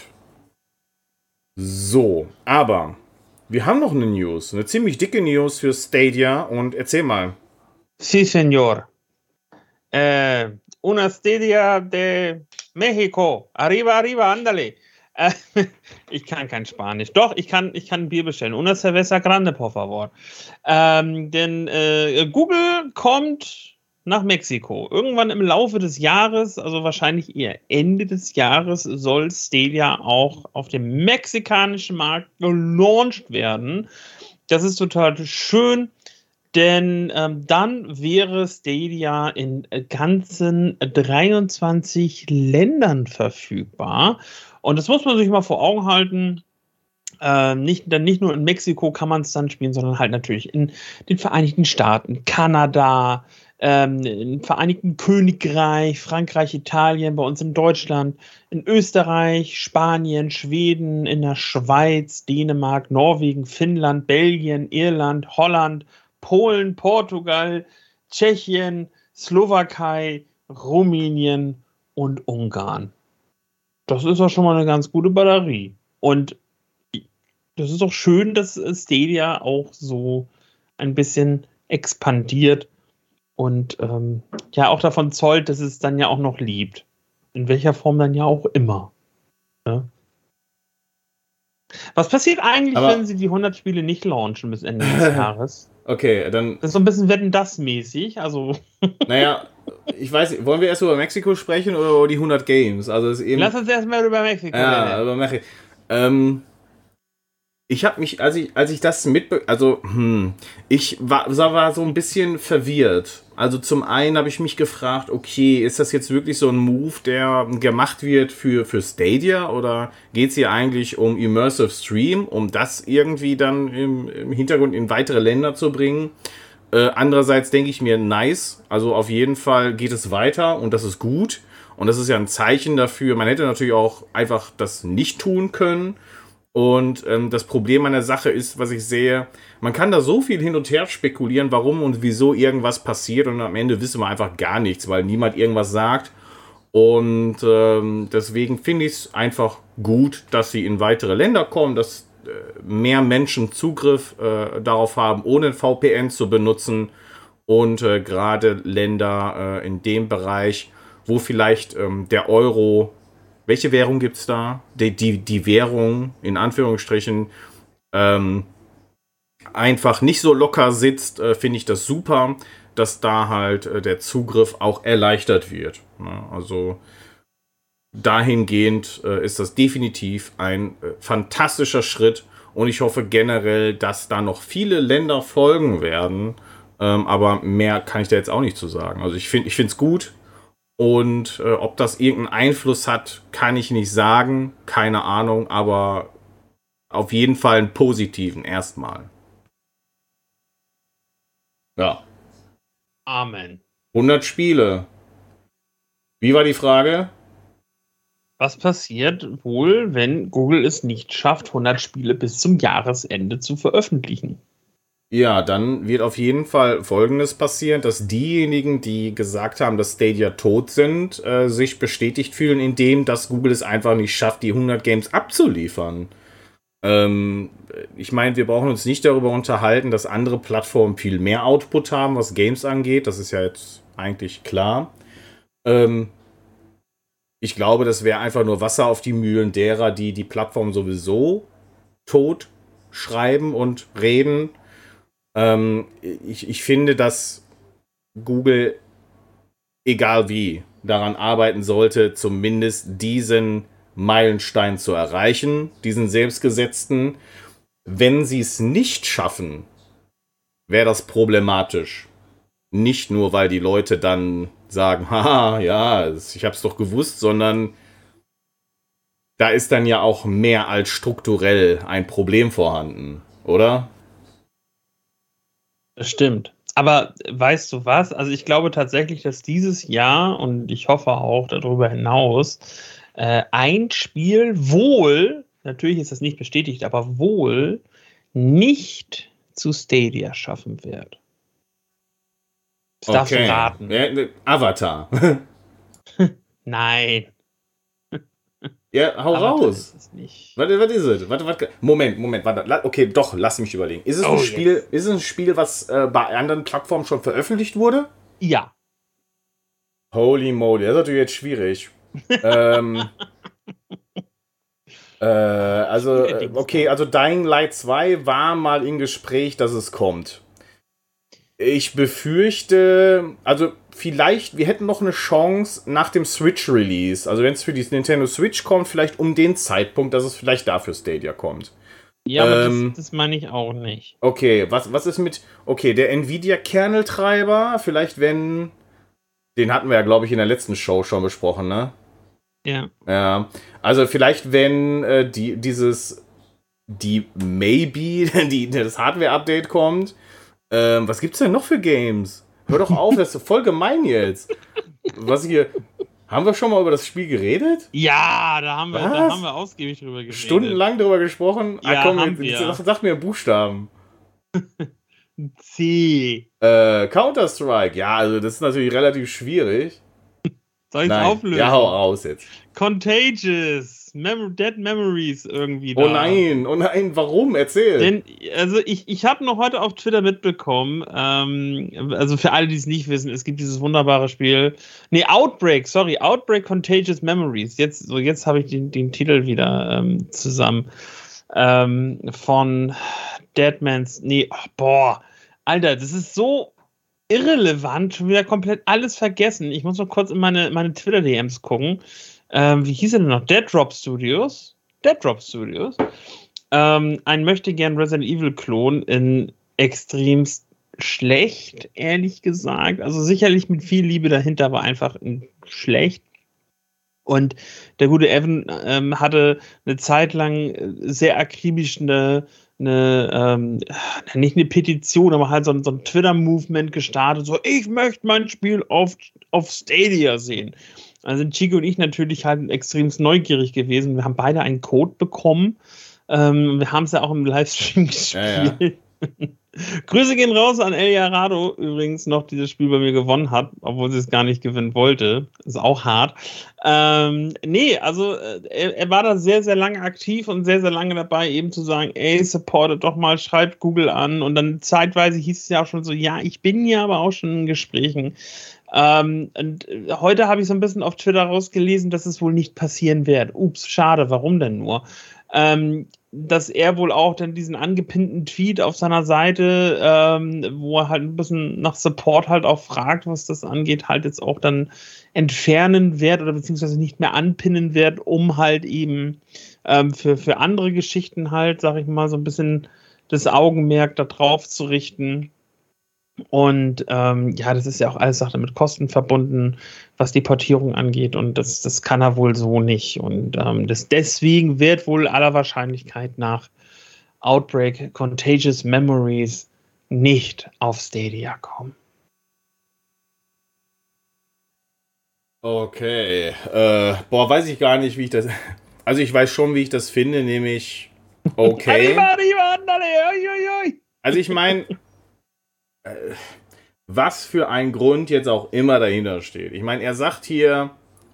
So, aber wir haben noch eine News, eine ziemlich dicke News für Stadia und erzähl mal. Sí, señor. Eh, una Stadia de México. Arriba, arriba, ándale. Äh, ich kann kein Spanisch. Doch, ich kann, ich kann ein Bier bestellen. Una cerveza grande, por favor. Ähm, denn äh, Google kommt nach Mexiko. Irgendwann im Laufe des Jahres, also wahrscheinlich eher Ende des Jahres, soll Stadia auch auf dem mexikanischen Markt gelauncht werden. Das ist total schön, denn ähm, dann wäre Stadia in ganzen dreiundzwanzig Ländern verfügbar. Und das muss man sich mal vor Augen halten. Äh, nicht, dann nicht nur in Mexiko kann man es dann spielen, sondern halt natürlich in den Vereinigten Staaten, Kanada, ähm, im Vereinigten Königreich, Frankreich, Italien, bei uns in Deutschland, in Österreich, Spanien, Schweden, in der Schweiz, Dänemark, Norwegen, Finnland, Belgien, Irland, Holland, Polen, Portugal, Tschechien, Slowakei, Rumänien und Ungarn. Das ist doch schon mal eine ganz gute Batterie. Und das ist auch schön, dass Stadia auch so ein bisschen expandiert und ähm, ja auch davon zollt, dass es dann ja auch noch liebt. In welcher Form dann ja auch immer. Ja. Was passiert eigentlich, Aber wenn sie die hundert Spiele nicht launchen bis Ende des Jahres? Okay, dann... Das ist so ein bisschen Wetten-das-mäßig, also... Naja, ich weiß nicht, wollen wir erst über Mexiko sprechen oder über die hundert Games? Also ist eben, Lass uns erstmal über Mexiko ja, reden. Über Mexiko. Ähm, ich habe mich, als ich, als ich das mitbe... Also, hm, ich war, war so ein bisschen verwirrt. Also zum einen habe ich mich gefragt, okay, ist das jetzt wirklich so ein Move, der gemacht wird für, für Stadia? Oder geht es hier eigentlich um Immersive Stream, um das irgendwie dann im, im Hintergrund in weitere Länder zu bringen? Äh, andererseits denke ich mir, nice, also auf jeden Fall geht es weiter und das ist gut. Und das ist ja ein Zeichen dafür, man hätte natürlich auch einfach das nicht tun können. Und ähm, das Problem an der Sache ist, was ich sehe, man kann da so viel hin und her spekulieren, warum und wieso irgendwas passiert und am Ende wissen wir einfach gar nichts, weil niemand irgendwas sagt. Und ähm, deswegen finde ich es einfach gut, dass sie in weitere Länder kommen, dass äh, mehr Menschen Zugriff äh, darauf haben, ohne V P N zu benutzen und äh, gerade Länder äh, in dem Bereich, wo vielleicht ähm, der Euro welche Währung gibt es da? Die, die, die Währung, in Anführungsstrichen, ähm, einfach nicht so locker sitzt, äh, finde ich das super, dass da halt äh, der Zugriff auch erleichtert wird. Ja, also dahingehend äh, ist das definitiv ein äh, fantastischer Schritt und ich hoffe generell, dass da noch viele Länder folgen werden, ähm, aber mehr kann ich da jetzt auch nicht zu sagen. Also ich finde ich finde es gut und äh, ob das irgendeinen Einfluss hat, kann ich nicht sagen, keine Ahnung, aber auf jeden Fall einen positiven erstmal. Ja. Amen. hundert Spiele. Wie war die Frage? Was passiert wohl, wenn Google es nicht schafft, hundert Spiele bis zum Jahresende zu veröffentlichen? Ja, dann wird auf jeden Fall Folgendes passieren, dass diejenigen, die gesagt haben, dass Stadia tot sind, äh, sich bestätigt fühlen, indem dass Google es einfach nicht schafft, die hundert Games abzuliefern. Ähm, ich meine, wir brauchen uns nicht darüber unterhalten, dass andere Plattformen viel mehr Output haben, was Games angeht. Das ist ja jetzt eigentlich klar. Ähm, ich glaube, das wäre einfach nur Wasser auf die Mühlen derer, die die Plattform sowieso tot schreiben und reden. Ähm, ich, ich finde, dass Google, egal wie, daran arbeiten sollte, zumindest diesen Meilenstein zu erreichen, diesen selbstgesetzten. Wenn sie es nicht schaffen, wäre das problematisch. Nicht nur, weil die Leute dann sagen, haha, ja, ich hab's doch gewusst, sondern da ist dann ja auch mehr als strukturell ein Problem vorhanden, oder? Das stimmt. Aber weißt du was? Also ich glaube tatsächlich, dass dieses Jahr und ich hoffe auch darüber hinaus äh, ein Spiel wohl, natürlich ist das nicht bestätigt, aber wohl nicht zu Stadia schaffen wird. Das darfst Okay. du raten. Ja, Avatar. Nein. Ja, hau Avatar raus. ist es nicht. Warte, was ist es? Warte, warte. Moment, Moment, warte. Okay, doch, lass mich überlegen. Ist es Oh, ein Spiel, jetzt. ist es ein Spiel, was äh, bei anderen Plattformen schon veröffentlicht wurde? Ja. Holy moly, das ist natürlich jetzt schwierig. ähm, äh, also, äh, okay, also Dying Light zwei war mal im Gespräch, dass es kommt. Ich befürchte, also vielleicht, wir hätten noch eine Chance nach dem Switch-Release. Also wenn es für die Nintendo Switch kommt, vielleicht um den Zeitpunkt, dass es vielleicht dafür Stadia kommt. Ja, aber Ähm, das, das meine ich auch nicht. Okay, was, was ist mit, okay, der Nvidia-Kerneltreiber, vielleicht wenn, den hatten wir ja, glaube ich, in der letzten Show schon besprochen, ne? Ja. Ja, also vielleicht wenn äh, die, dieses, die Maybe, die, das Hardware-Update kommt. Ähm, was gibt's denn noch für Games? Hör doch auf, das ist voll gemein jetzt. Was hier, haben wir schon mal über das Spiel geredet? Ja, da haben wir, Was? da haben wir ausgiebig drüber geredet. Stundenlang drüber gesprochen? Ja, ah, komm, haben jetzt, wir. jetzt, sag mir Buchstaben. C. Äh, Counter-Strike, ja, also das ist natürlich relativ schwierig. Soll ich es Nein, auflösen? ja, hau raus jetzt. Contagious. Mem- Dead Memories irgendwie da. Oh nein, oh nein, warum? Erzähl. Denn, also ich, ich habe noch heute auf Twitter mitbekommen, ähm, also für alle, die es nicht wissen, es gibt dieses wunderbare Spiel, nee, Outbreak, sorry, Outbreak Contagious Memories, jetzt, so jetzt habe ich den, den Titel wieder ähm, zusammen, ähm, von Deadmans, nee, oh, boah, Alter, das ist so irrelevant, schon wieder komplett alles vergessen. Ich muss noch kurz in meine, meine Twitter-D Ms gucken. Ähm, wie hieß er denn noch? Dead Drop Studios. Dead Drop Studios. Ähm, ein möchte gern Resident Evil Klon in extremst schlecht, ehrlich gesagt. Also sicherlich mit viel Liebe dahinter, aber einfach in schlecht. Und der gute Evan ähm, hatte eine Zeit lang sehr akribisch eine, eine ähm, nicht eine Petition, aber halt so ein, so ein Twitter-Movement gestartet, so, ich möchte mein Spiel auf, auf Stadia sehen. Also sind Chico und ich natürlich halt extrem neugierig gewesen. Wir haben beide einen Code bekommen. Ähm, wir haben es ja auch im Livestream gespielt. Ja, ja. Grüße gehen raus an El Jarado, übrigens noch dieses Spiel bei mir gewonnen hat, obwohl sie es gar nicht gewinnen wollte. Ist auch hart. Ähm, nee, also er, er war da sehr, sehr lange aktiv und sehr, sehr lange dabei, eben zu sagen, ey, supportet doch mal, schreibt Google an. Und dann zeitweise hieß es ja auch schon so, ja, ich bin ja aber auch schon in Gesprächen. Ähm, und heute habe ich so ein bisschen auf Twitter rausgelesen, dass es wohl nicht passieren wird. Ups, schade, warum denn nur? Ähm, dass er wohl auch dann diesen angepinnten Tweet auf seiner Seite, ähm, wo er halt ein bisschen nach Support halt auch fragt, was das angeht, halt jetzt auch dann entfernen wird oder beziehungsweise nicht mehr anpinnen wird, um halt eben ähm, für, für andere Geschichten halt, sag ich mal, so ein bisschen das Augenmerk da drauf zu richten. Und ähm, ja, das ist ja auch alles Sache mit Kosten verbunden, was die Portierung angeht. Und das, das kann er wohl so nicht. Und ähm, das, deswegen wird wohl aller Wahrscheinlichkeit nach Outbreak Contagious Memories nicht auf Stadia kommen. Okay. Äh, boah, weiß ich gar nicht, wie ich das... Also ich weiß schon, wie ich das finde, nämlich okay. Also ich meine... was für ein Grund jetzt auch immer dahinter steht. Ich meine, er sagt hier,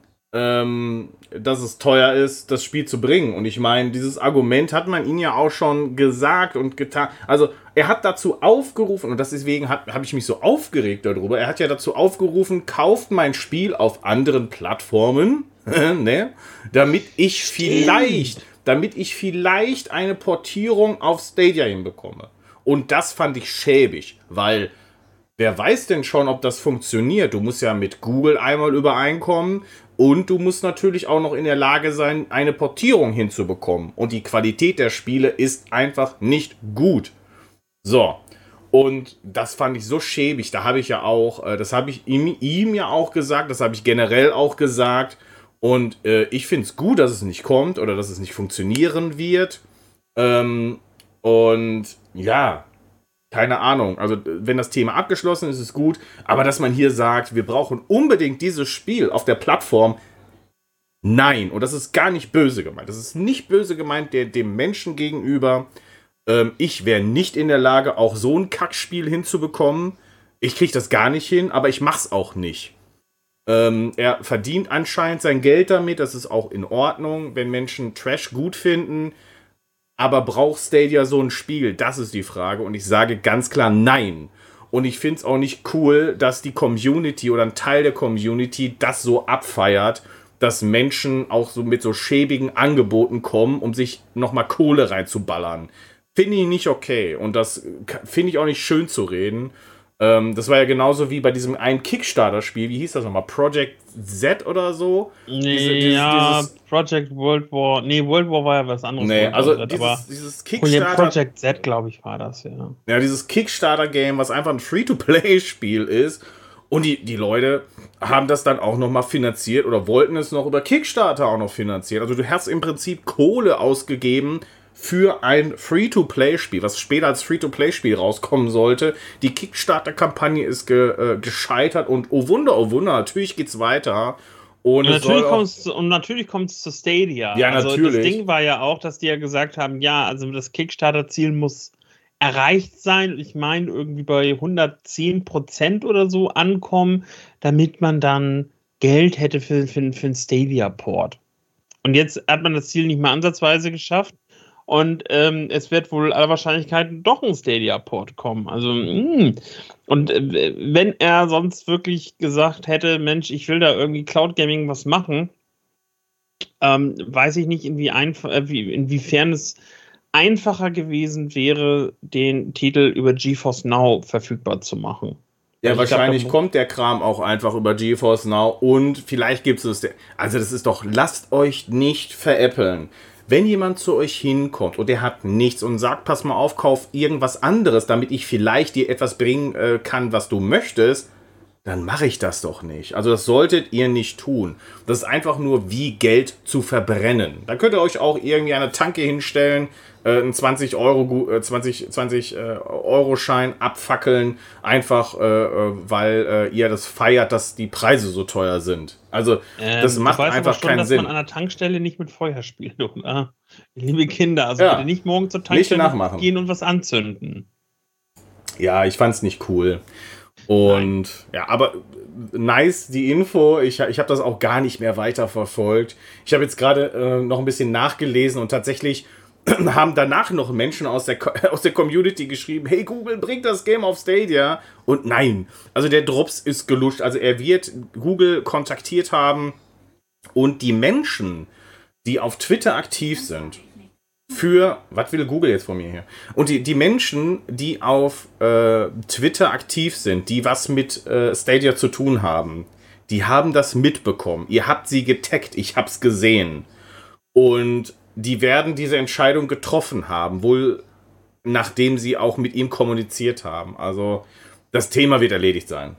ähm, dass es teuer ist, das Spiel zu bringen. Und ich meine, dieses Argument hat man ihm ja auch schon gesagt und getan. Also er hat dazu aufgerufen, und deswegen habe ich mich so aufgeregt darüber, er hat ja dazu aufgerufen, kauft mein Spiel auf anderen Plattformen, ne? damit ich vielleicht, damit ich vielleicht eine Portierung auf Stadia hinbekomme. Und das fand ich schäbig, weil wer weiß denn schon, ob das funktioniert? Du musst ja mit Google einmal übereinkommen und du musst natürlich auch noch in der Lage sein, eine Portierung hinzubekommen. Und die Qualität der Spiele ist einfach nicht gut. So, und das fand ich so schäbig. Da habe ich ja auch, das habe ich ihm, ihm ja auch gesagt, das habe ich generell auch gesagt. Und äh, ich finde es gut, dass es nicht kommt oder dass es nicht funktionieren wird. Ähm, und ja, keine Ahnung. Also, wenn das Thema abgeschlossen ist, ist es gut. Aber dass man hier sagt, wir brauchen unbedingt dieses Spiel auf der Plattform. Nein. Und das ist gar nicht böse gemeint. Das ist nicht böse gemeint der, dem Menschen gegenüber. Ähm, ich wäre nicht in der Lage, auch so ein Kackspiel hinzubekommen. Ich kriege das gar nicht hin, aber ich mach's auch nicht. Ähm, er verdient anscheinend sein Geld damit. Das ist auch in Ordnung, wenn Menschen Trash gut finden. Aber braucht Stadia so ein Spiel? Das ist die Frage. Und ich sage ganz klar nein. Und ich finde es auch nicht cool, dass die Community oder ein Teil der Community das so abfeiert, dass Menschen auch so mit so schäbigen Angeboten kommen, um sich nochmal Kohle reinzuballern. Finde ich nicht okay. Und das finde ich auch nicht schön zu reden. Ähm, das war ja genauso wie bei diesem einen Kickstarter-Spiel. Wie hieß das nochmal? Project Z oder so? Nee, Diese, dieses, ja, dieses, Project World War. Nee, World War war ja was anderes. Nee, also Z, dieses, aber dieses Kickstarter... Project Z, glaube ich, war das, ja. Ja, dieses Kickstarter-Game, was einfach ein Free-to-Play-Spiel ist. Und die, die Leute haben das dann auch nochmal finanziert oder wollten es noch über Kickstarter auch noch finanzieren. Also du hast im Prinzip Kohle ausgegeben für ein Free-to-Play-Spiel, was später als Free-to-Play-Spiel rauskommen sollte. Die Kickstarter-Kampagne ist ge, äh, gescheitert und oh Wunder, oh Wunder, natürlich geht's weiter. Und, und, natürlich kommt's, und natürlich kommt es zu Stadia. Ja, also natürlich. Das Ding war ja auch, dass die ja gesagt haben, ja, also das Kickstarter-Ziel muss erreicht sein. Ich meine, irgendwie bei hundertzehn Prozent oder so ankommen, damit man dann Geld hätte für, für, für einen Stadia-Port. Und jetzt hat man das Ziel nicht mal ansatzweise geschafft. Und ähm, es wird wohl aller Wahrscheinlichkeit doch ein Stadia-Port kommen. Also, mh. Und äh, wenn er sonst wirklich gesagt hätte, Mensch, ich will da irgendwie Cloud Gaming was machen, ähm, weiß ich nicht, inwie einf- äh, wie, inwiefern es einfacher gewesen wäre, den Titel über GeForce Now verfügbar zu machen. Ja, also wahrscheinlich glaub, kommt der Kram auch einfach über GeForce Now und vielleicht gibt es... Also das ist doch, lasst euch nicht veräppeln. Wenn jemand zu euch hinkommt und der hat nichts und sagt, pass mal auf, kauf irgendwas anderes, damit ich vielleicht dir etwas bringen äh, kann, was du möchtest, dann mache ich das doch nicht. Also das solltet ihr nicht tun. Das ist einfach nur wie Geld zu verbrennen. Da könnt ihr euch auch irgendwie eine Tanke hinstellen, äh, einen zwanzig Euro, äh, zwanzig, zwanzig äh, Euro Schein abfackeln, einfach äh, weil äh, ihr das feiert, dass die Preise so teuer sind. Also ähm, das macht einfach einfach schon, keinen dass Sinn. Man an der Tankstelle nicht mit Feuer spielt, oder? Liebe Kinder, also ja, bitte nicht morgen zur Tankstelle nachmachen. gehen und was anzünden. Ja, ich fand's nicht cool. Und Nein. ja, aber nice, die Info. Ich, ich habe das auch gar nicht mehr weiter verfolgt. Ich habe jetzt gerade äh, noch ein bisschen nachgelesen und tatsächlich haben danach noch Menschen aus der, aus der Community geschrieben, hey Google, bringt das Game auf Stadia. Und nein, also der Drops ist gelutscht. Also er wird Google kontaktiert haben und die Menschen, die auf Twitter aktiv sind, für, was will Google jetzt von mir hier? Und die, die Menschen, die auf äh, Twitter aktiv sind, die was mit äh, Stadia zu tun haben, die haben das mitbekommen. Ihr habt sie getaggt, ich hab's gesehen. Und die werden diese Entscheidung getroffen haben, wohl nachdem sie auch mit ihm kommuniziert haben. Also das Thema wird erledigt sein.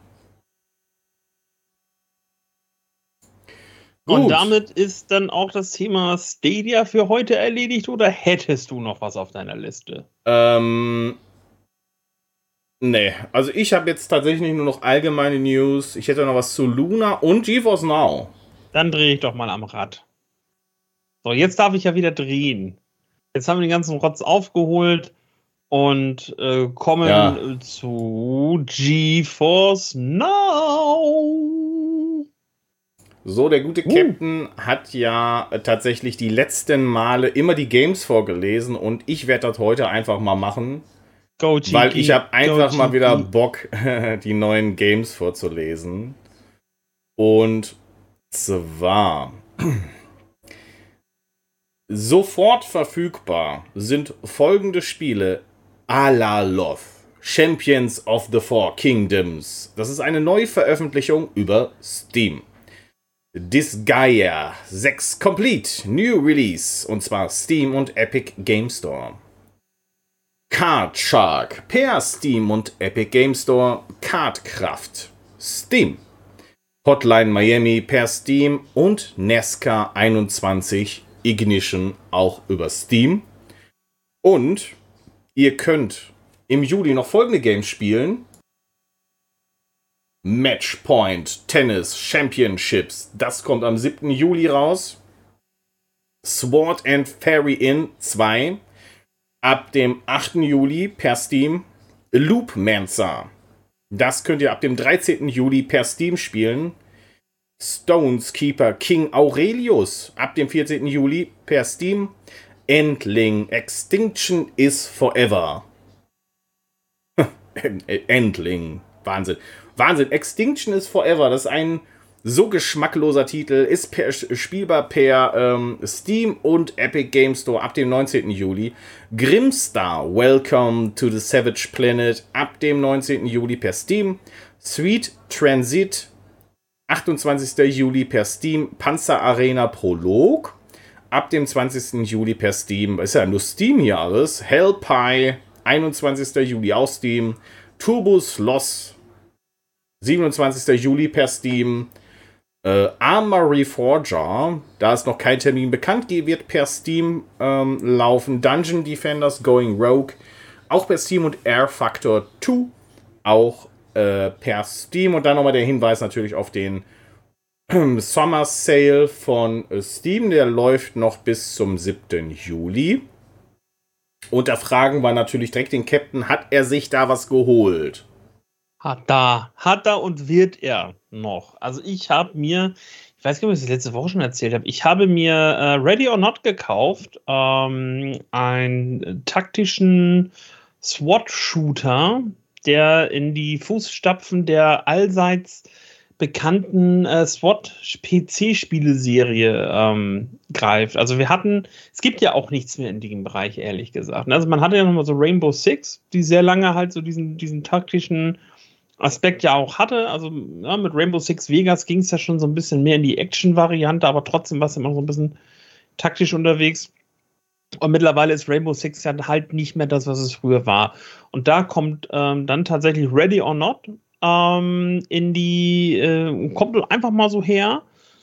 Und Gut. damit ist dann auch das Thema Stadia für heute erledigt, oder hättest du noch was auf deiner Liste? Ähm, nee, also ich habe jetzt tatsächlich nur noch allgemeine News. Ich hätte noch was zu Luna und GeForce Now. Dann drehe ich doch mal am Rad. So, jetzt darf ich ja wieder drehen. Jetzt haben wir den ganzen Rotz aufgeholt und äh, kommen Ja. zu GeForce Now. So, der gute Uh. Captain hat ja tatsächlich die letzten Male immer die Games vorgelesen und ich werde das heute einfach mal machen, Go, G P, weil ich habe einfach go, mal G P. wieder Bock, die neuen Games vorzulesen. Und zwar sofort verfügbar sind folgende Spiele: Alaloth, Champions of the Four Kingdoms. Das ist eine Neuveröffentlichung über Steam. Disgaea sechs Complete, New Release, und zwar Steam und Epic Game Store. Card Shark per Steam und Epic Game Store. Cardcraft Steam. Hotline Miami per Steam und Nesca einundzwanzig Ignition auch über Steam. Und ihr könnt im Juli noch folgende Games spielen: Matchpoint Tennis Championships, das kommt am siebten Juli raus. Sword and Fairy Inn zwei ab dem achten Juli per Steam. Loopmancer, das könnt ihr ab dem dreizehnten Juli per Steam spielen. Stones Keeper King Aurelius ab dem vierzehnten Juli per Steam. Endling Extinction is Forever. Endling, Wahnsinn. Wahnsinn, Extinction is Forever, das ist ein so geschmackloser Titel, ist per, spielbar per ähm, Steam und Epic Game Store ab dem neunzehnten Juli. Grimstar, Welcome to the Savage Planet ab dem neunzehnten Juli per Steam. Sweet Transit, achtundzwanzigsten Juli per Steam. Panzer Arena Prolog ab dem zwanzigsten Juli per Steam. Ist ja nur Steam hier alles. Hell Pie, einundzwanzigsten Juli auch Steam. Turbus Loss, siebenundzwanzigsten Juli per Steam. Äh, Armory Forger, da ist noch kein Termin bekannt, wird per Steam ähm, laufen. Dungeon Defenders Going Rogue, auch per Steam. Und Air Factor zwei, auch äh, per Steam. Und dann nochmal der Hinweis natürlich auf den äh, Summer Sale von äh, Steam, der läuft noch bis zum siebten Juli. Und da fragen wir natürlich direkt den Captain, hat er sich da was geholt? Hat da, hat da und wird er noch. Also ich habe mir, ich weiß gar nicht, ob ich das letzte Woche schon erzählt habe, ich habe mir äh, Ready or Not gekauft, ähm, einen taktischen SWAT-Shooter, der in die Fußstapfen der allseits bekannten äh, SWAT-P C-Spieleserie ähm, greift. Also wir hatten, es gibt ja auch nichts mehr in diesem Bereich, ehrlich gesagt. Also man hatte ja nochmal so Rainbow Six, die sehr lange halt so diesen, diesen taktischen Aspekt ja auch hatte. Also ja, mit Rainbow Six Vegas ging es ja schon so ein bisschen mehr in die Action-Variante, aber trotzdem war es immer so ein bisschen taktisch unterwegs. Und mittlerweile ist Rainbow Six ja halt nicht mehr das, was es früher war. Und da kommt ähm, dann tatsächlich Ready or Not ähm, in die, äh, kommt einfach mal so her.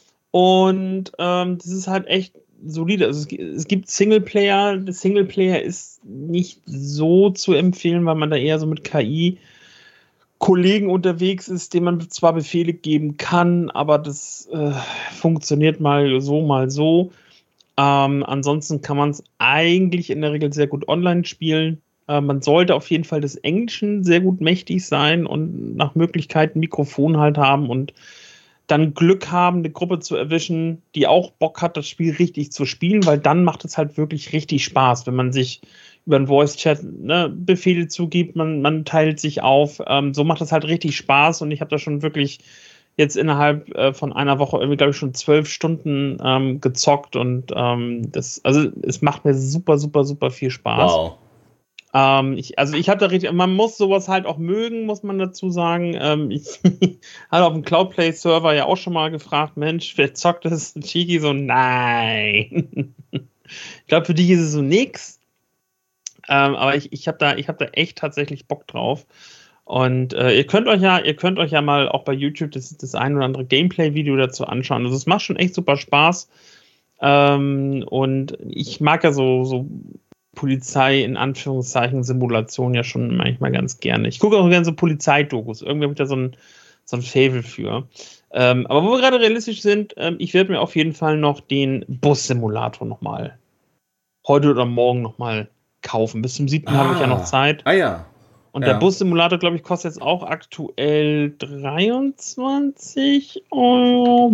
Und ähm, das ist halt echt solide. Also es, es gibt Singleplayer. Der Singleplayer ist nicht so zu empfehlen, weil man da eher so mit K I Kollegen unterwegs ist, denen man zwar Befehle geben kann, aber das äh, funktioniert mal so, mal so. Ähm, ansonsten kann man es eigentlich in der Regel sehr gut online spielen. Äh, man sollte auf jeden Fall des Englischen sehr gut mächtig sein und nach Möglichkeit ein Mikrofon halt haben und dann Glück haben, eine Gruppe zu erwischen, die auch Bock hat, das Spiel richtig zu spielen, weil dann macht es halt wirklich richtig Spaß, wenn man sich über einen Voice-Chat ne, Befehle zugibt, man, man teilt sich auf. Ähm, so macht es halt richtig Spaß und ich habe da schon wirklich jetzt innerhalb äh, von einer Woche irgendwie, glaube ich, schon zwölf Stunden ähm, gezockt und ähm, das, also es macht mir super, super, super viel Spaß. Wow. Ähm, ich, also ich habe da richtig, man muss sowas halt auch mögen, muss man dazu sagen. Ähm, ich hatte auf dem Cloudplay-Server ja auch schon mal gefragt, Mensch, wer zockt das? Chiki so, nein. Ich glaube, für dich ist es so nix. Ähm, aber ich, ich habe da, ich hab da echt tatsächlich Bock drauf. Und äh, ihr könnt euch ja, ihr könnt euch ja mal auch bei YouTube das, das ein oder andere Gameplay-Video dazu anschauen. Also es macht schon echt super Spaß. Ähm, und ich mag ja so, so Polizei in Anführungszeichen Simulation ja schon manchmal ganz gerne. Ich gucke auch gerne so Polizeidokus. Irgendwie habe ich da so ein, so ein Faible für. Ähm, aber wo wir gerade realistisch sind, ähm, ich werde mir auf jeden Fall noch den Bus-Simulator nochmal heute oder morgen nochmal kaufen. Bis zum siebten Ah. habe ich ja noch Zeit. Ah ja. Und ja. der Bus-Simulator, glaube ich, kostet jetzt auch aktuell dreiundzwanzig Euro.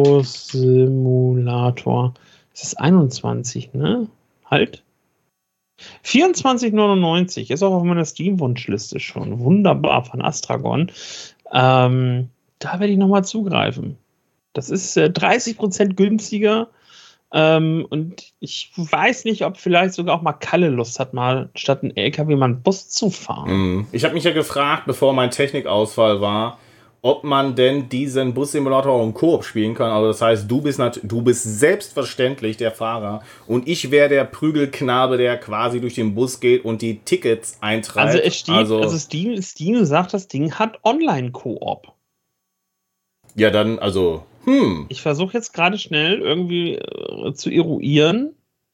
Bus-Simulator. Das ist einundzwanzig, ne? Halt. vierundzwanzig neunundneunzig. Ist auch auf meiner Steam-Wunschliste schon. Wunderbar von Astragon. Ähm, da werde ich nochmal zugreifen. Das ist äh, dreißig Prozent günstiger. Ähm, und ich weiß nicht, ob vielleicht sogar auch mal Kalle Lust hat, mal statt ein L K W mal einen Bus zu fahren. Ich habe mich ja gefragt, bevor mein Technikausfall war, ob man denn diesen Bus-Simulator auch im Koop spielen kann. Also das heißt, du bist, nat- du bist selbstverständlich der Fahrer und ich wäre der Prügelknabe, der quasi durch den Bus geht und die Tickets eintreibt. Also, es steht, also, also Steam, Steam sagt, das Ding hat Online-Koop. Ja, dann, also... Hm. Ich versuche jetzt gerade schnell irgendwie äh, zu eruieren.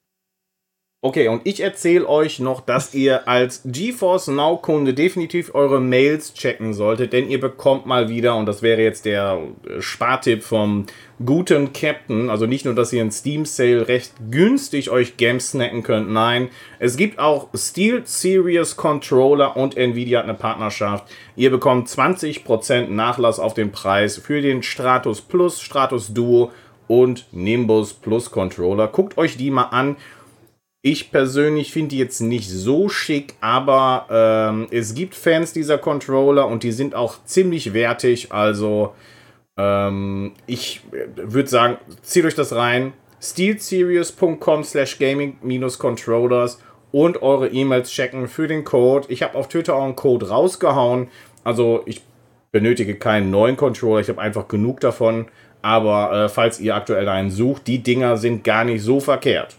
Okay, und ich erzähle euch noch, dass ihr als GeForce Now-Kunde definitiv eure Mails checken solltet, denn ihr bekommt mal wieder, und das wäre jetzt der Spartipp vom guten Captain, also nicht nur, dass ihr in Steam Sale recht günstig euch Games snacken könnt, nein, es gibt auch SteelSeries Controller und Nvidia hat eine Partnerschaft. Ihr bekommt zwanzig Prozent Nachlass auf den Preis für den Stratus Plus, Stratus Duo und Nimbus Plus Controller. Guckt euch die mal an. Ich persönlich finde die jetzt nicht so schick, aber ähm, es gibt Fans dieser Controller und die sind auch ziemlich wertig. Also ähm, ich würde sagen, zieht euch das rein. steelseries punkt com slash gaming controllers und eure E-Mails checken für den Code. Ich habe auf Twitter auch einen Code rausgehauen. Also ich benötige keinen neuen Controller, ich habe einfach genug davon. Aber äh, falls ihr aktuell einen sucht, die Dinger sind gar nicht so verkehrt.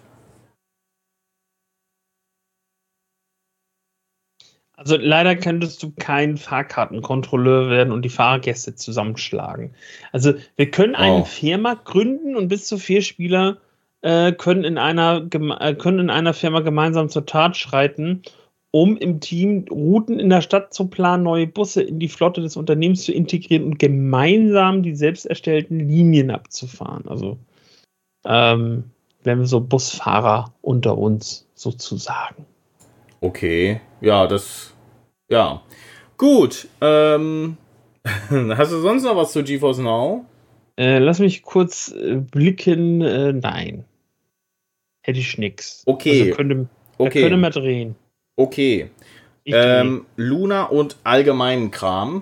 Also leider könntest du kein Fahrkartenkontrolleur werden und die Fahrgäste zusammenschlagen. Also wir können eine Oh. Firma gründen und bis zu vier Spieler äh, können, in einer, geme- äh, können in einer Firma gemeinsam zur Tat schreiten, um im Team Routen in der Stadt zu planen, neue Busse in die Flotte des Unternehmens zu integrieren und gemeinsam die selbst erstellten Linien abzufahren. Also ähm, wären wir so Busfahrer unter uns sozusagen. Okay, ja, das, ja. Gut, ähm, hast du sonst noch was zu GeForce Now? Äh, lass mich kurz äh, blicken. Äh, nein. Hätte ich nix. Okay. Also könnte, Okay. könnte man drehen. Okay, Ich dreh. ähm, Luna und allgemeinen Kram.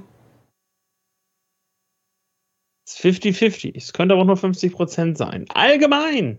Es ist fünfzig fünfzig. Es könnte aber auch nur fünfzig Prozent sein. Allgemein.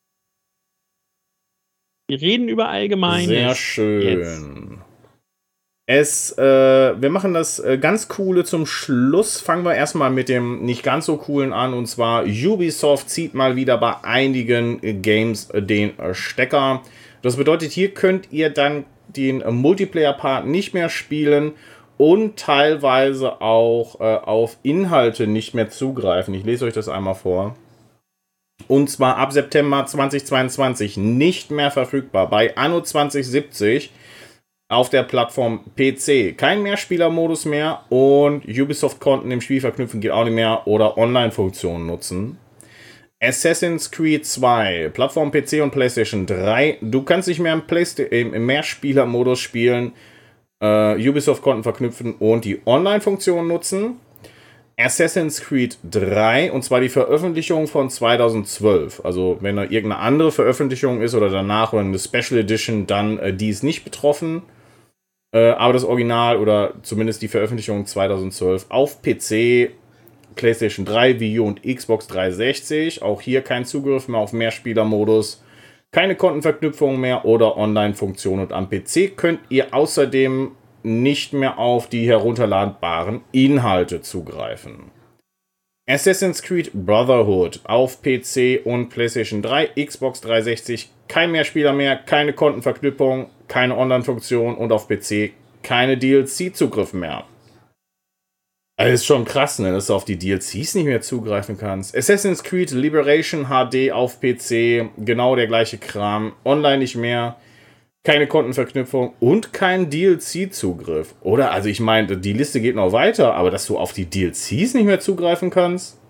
Wir reden über allgemein. Sehr schön. Es, äh, wir machen das äh, ganz coole zum Schluss. Fangen wir erstmal mit dem nicht ganz so coolen an. Und zwar Ubisoft zieht mal wieder bei einigen äh, Games äh, den äh, Stecker. Das bedeutet, hier könnt ihr dann den äh, Multiplayer-Part nicht mehr spielen und teilweise auch äh, auf Inhalte nicht mehr zugreifen. Ich lese euch das einmal vor. Und zwar ab September zweitausendzweiundzwanzig nicht mehr verfügbar. Bei Anno zwanzig siebzig auf der Plattform P C. Kein Mehrspielermodus mehr und Ubisoft-Konten im Spiel verknüpfen geht auch nicht mehr oder Online-Funktionen nutzen. Assassin's Creed zwei, Plattform P C und PlayStation drei. Du kannst nicht mehr im, Playsta- im Mehrspielermodus spielen, äh, Ubisoft-Konten verknüpfen und die Online-Funktionen nutzen. Assassin's Creed drei, und zwar die Veröffentlichung von zweitausendzwölf. Also wenn da irgendeine andere Veröffentlichung ist oder danach oder eine Special Edition, dann äh, die ist nicht betroffen. Äh, aber das Original oder zumindest die Veröffentlichung zweitausendzwölf auf P C, PlayStation drei, Wii U und Xbox dreihundertsechzig. Auch hier kein Zugriff mehr auf Mehrspielermodus, keine Kontenverknüpfung mehr oder Online-Funktion. Und am P C könnt ihr außerdem nicht mehr auf die herunterladbaren Inhalte zugreifen. Assassin's Creed Brotherhood auf P C und PlayStation drei, Xbox dreihundertsechzig, kein Mehrspieler mehr, keine Kontenverknüpfung, keine Online-Funktion und auf P C keine D L C-Zugriff mehr. Das ist schon krass, ne, dass du auf die D L Cs nicht mehr zugreifen kannst. Assassin's Creed Liberation H D auf P C, genau der gleiche Kram, online nicht mehr. Keine Kontenverknüpfung und kein D L C-Zugriff. Oder? Also ich meine, die Liste geht noch weiter, aber dass du auf die D L Cs nicht mehr zugreifen kannst,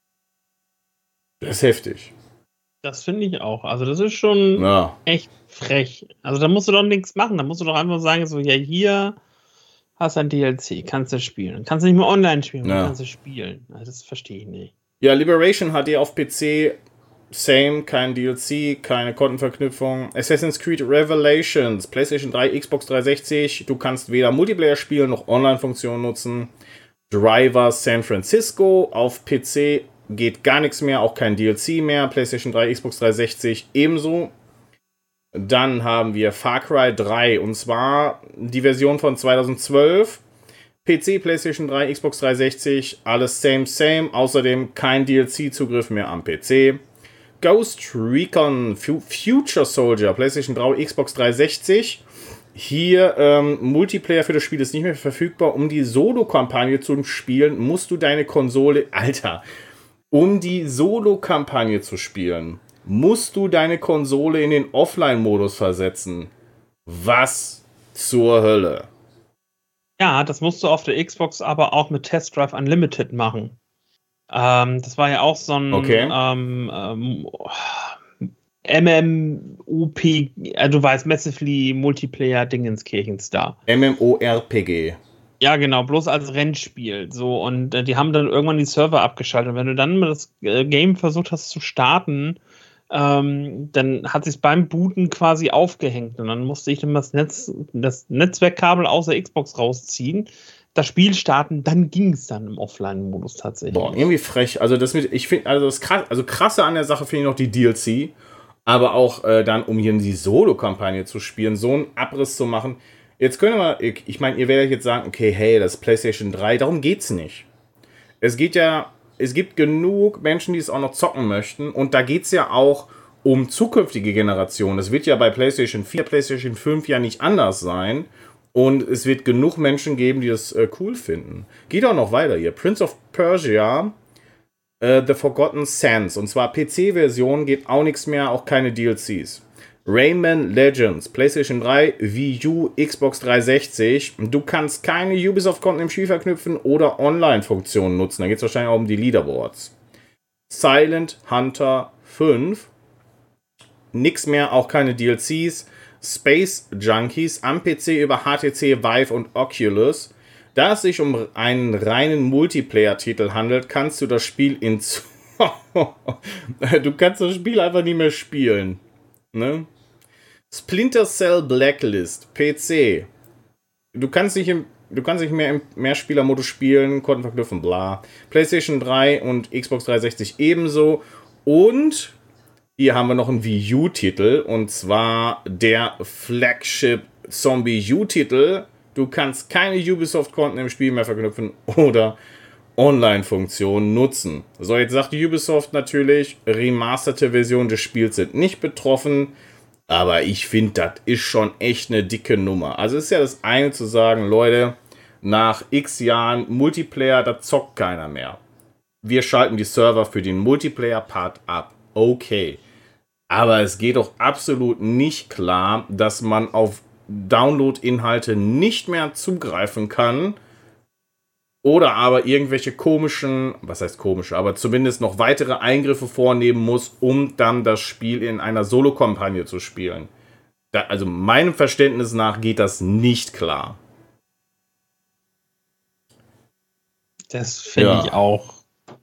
das ist heftig. Das finde ich auch. Also das ist schon ja. echt frech. Also da musst du doch nichts machen. Da musst du doch einfach sagen, so, ja, hier hast du ein D L C, kannst du spielen. Kannst du nicht mehr online spielen, ja. kannst du spielen. Also das verstehe ich nicht. Ja, Liberation H D auf P C, same, kein D L C, keine Kontenverknüpfung. Assassin's Creed Revelations, PlayStation drei, Xbox dreihundertsechzig. Du kannst weder Multiplayer spielen noch Online-Funktionen nutzen. Driver San Francisco auf P C geht gar nichts mehr, auch kein D L C mehr. PlayStation drei, Xbox dreihundertsechzig ebenso. Dann haben wir Far Cry drei, und zwar die Version von zweitausendzwölf. P C, PlayStation drei, Xbox dreihundertsechzig, alles same, same. Außerdem kein D L C-Zugriff mehr am P C. Ghost Recon Future Soldier, PlayStation drei, Xbox dreihundertsechzig. Hier ähm, Multiplayer für das Spiel ist nicht mehr verfügbar. Um die Solo-Kampagne zu spielen, musst du deine Konsole... Alter, um die Solo-Kampagne zu spielen, musst du deine Konsole in den Offline-Modus versetzen. Was zur Hölle? Ja, das musst du auf der Xbox aber auch mit Test Drive Unlimited machen. Ähm, das war ja auch so ein okay. ähm, ähm, M M O P, äh, du weißt, Massively Multiplayer Dingenskirchens da. M M O R P G. Ja, genau, bloß als Rennspiel. So, und äh, die haben dann irgendwann die Server abgeschaltet. Und wenn du dann mal das äh, Game versucht hast zu starten, ähm, dann hat sich beim Booten quasi aufgehängt. Und dann musste ich dann das, Netz, das Netzwerkkabel aus der Xbox rausziehen, das Spiel starten, dann ging es dann im Offline-Modus tatsächlich. Boah, irgendwie frech. Also das mit, ich finde, also das krass, also krasse an der Sache finde ich noch die D L C, aber auch äh, dann, um hier in die Solo-Kampagne zu spielen, so einen Abriss zu machen. Jetzt können wir, ich, ich meine, ihr werdet jetzt sagen, okay, hey, das ist PlayStation drei, darum geht's nicht. Es geht ja, es gibt genug Menschen, die es auch noch zocken möchten, und da geht's ja auch um zukünftige Generationen. Es wird ja bei PlayStation vier, PlayStation fünf ja nicht anders sein. Und es wird genug Menschen geben, die das äh, cool finden. Geht auch noch weiter hier. Prince of Persia, äh, The Forgotten Sands. Und zwar P C-Version, geht auch nichts mehr, auch keine D L Cs. Rayman Legends, PlayStation drei, Wii U, Xbox dreihundertsechzig. Du kannst keine Ubisoft-Konten im Spiel verknüpfen oder Online-Funktionen nutzen. Da geht es wahrscheinlich auch um die Leaderboards. Silent Hunter fünf. Nix mehr, auch keine D L Cs. Space Junkies am P C über H T C Vive und Oculus. Da es sich um einen reinen Multiplayer-Titel handelt, kannst du das Spiel in... du kannst das Spiel einfach nicht mehr spielen. Ne? Splinter Cell Blacklist, P C. Du kannst nicht, im, du kannst nicht mehr im Mehrspielermodus spielen, Kontenverknüpfen, bla. PlayStation drei und Xbox dreihundertsechzig ebenso. Und... hier haben wir noch einen Wii U-Titel, und zwar der Flagship Zombie U-Titel. Du kannst keine Ubisoft-Konten im Spiel mehr verknüpfen oder Online-Funktionen nutzen. So, jetzt sagt Ubisoft natürlich, remasterte Versionen des Spiels sind nicht betroffen, aber ich finde, das ist schon echt eine dicke Nummer. Also ist ja das eine zu sagen, Leute, nach x Jahren Multiplayer, da zockt keiner mehr. Wir schalten die Server für den Multiplayer-Part ab. Okay. Aber es geht doch absolut nicht klar, dass man auf Download-Inhalte nicht mehr zugreifen kann oder aber irgendwelche komischen, was heißt komische, aber zumindest noch weitere Eingriffe vornehmen muss, um dann das Spiel in einer Solo-Kampagne zu spielen. Da, also meinem Verständnis nach geht das nicht klar. Das finde Ja. ich auch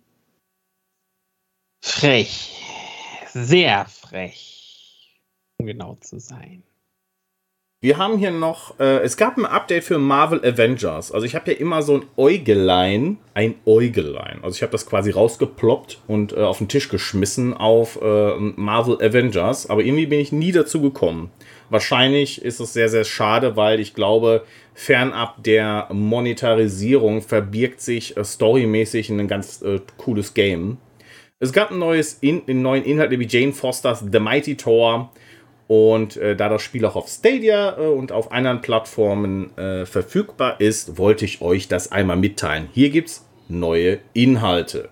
frech. Sehr frech, um genau zu sein. Wir haben hier noch, äh, es gab ein Update für Marvel Avengers. Also ich habe ja immer so ein Äugelein, ein Äugelein. Also ich habe das quasi rausgeploppt und äh, auf den Tisch geschmissen auf äh, Marvel Avengers. Aber irgendwie bin ich nie dazu gekommen. Wahrscheinlich ist es sehr, sehr schade, weil ich glaube, fernab der Monetarisierung verbirgt sich äh, storymäßig ein ganz äh, cooles Game. Es gab ein neues in, einen neuen Inhalt wie Jane Fosters The Mighty Thor. Und äh, da das Spiel auch auf Stadia äh, und auf anderen Plattformen äh, verfügbar ist, wollte ich euch das einmal mitteilen. Hier gibt es neue Inhalte.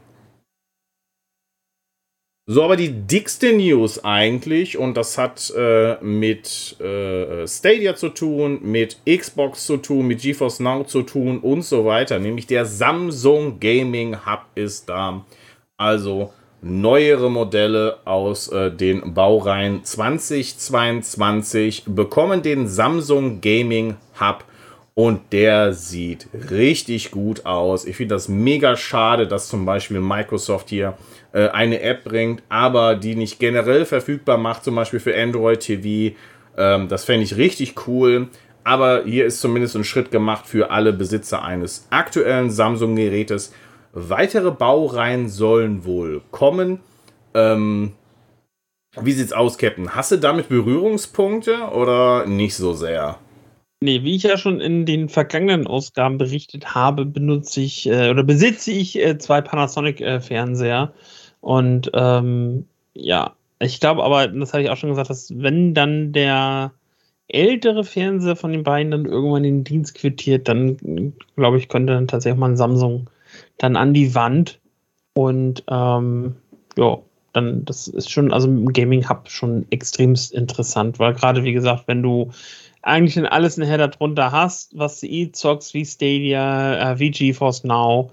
So, aber die dickste News eigentlich, und das hat äh, mit äh, Stadia zu tun, mit Xbox zu tun, mit GeForce Now zu tun und so weiter, nämlich der Samsung Gaming Hub ist da. Also neuere Modelle aus äh, den Baureihen zwanzig zweiundzwanzig bekommen den Samsung Gaming Hub und der sieht richtig gut aus. Ich finde das mega schade, dass zum Beispiel Microsoft hier äh, eine App bringt, aber die nicht generell verfügbar macht, zum Beispiel für Android T V. Ähm, das fände ich richtig cool. Aber hier ist zumindest ein Schritt gemacht für alle Besitzer eines aktuellen Samsung-Gerätes. Weitere Baureihen sollen wohl kommen. Ähm, wie sieht's aus, Captain? Hast du damit Berührungspunkte oder nicht so sehr? Nee, wie ich ja schon in den vergangenen Ausgaben berichtet habe, benutze ich äh, oder besitze ich äh, zwei Panasonic-Fernseher. Und ähm, ja, ich glaube aber, das habe ich auch schon gesagt, dass wenn dann der ältere Fernseher von den beiden dann irgendwann den Dienst quittiert, dann glaube ich, könnte dann tatsächlich mal ein Samsung dann an die Wand und ähm, ja, dann das ist schon, also im Gaming Hub schon extremst interessant, weil gerade wie gesagt, wenn du eigentlich dann alles nachher darunter hast, was du eh zockst, wie Stadia, äh, wie GeForce Now,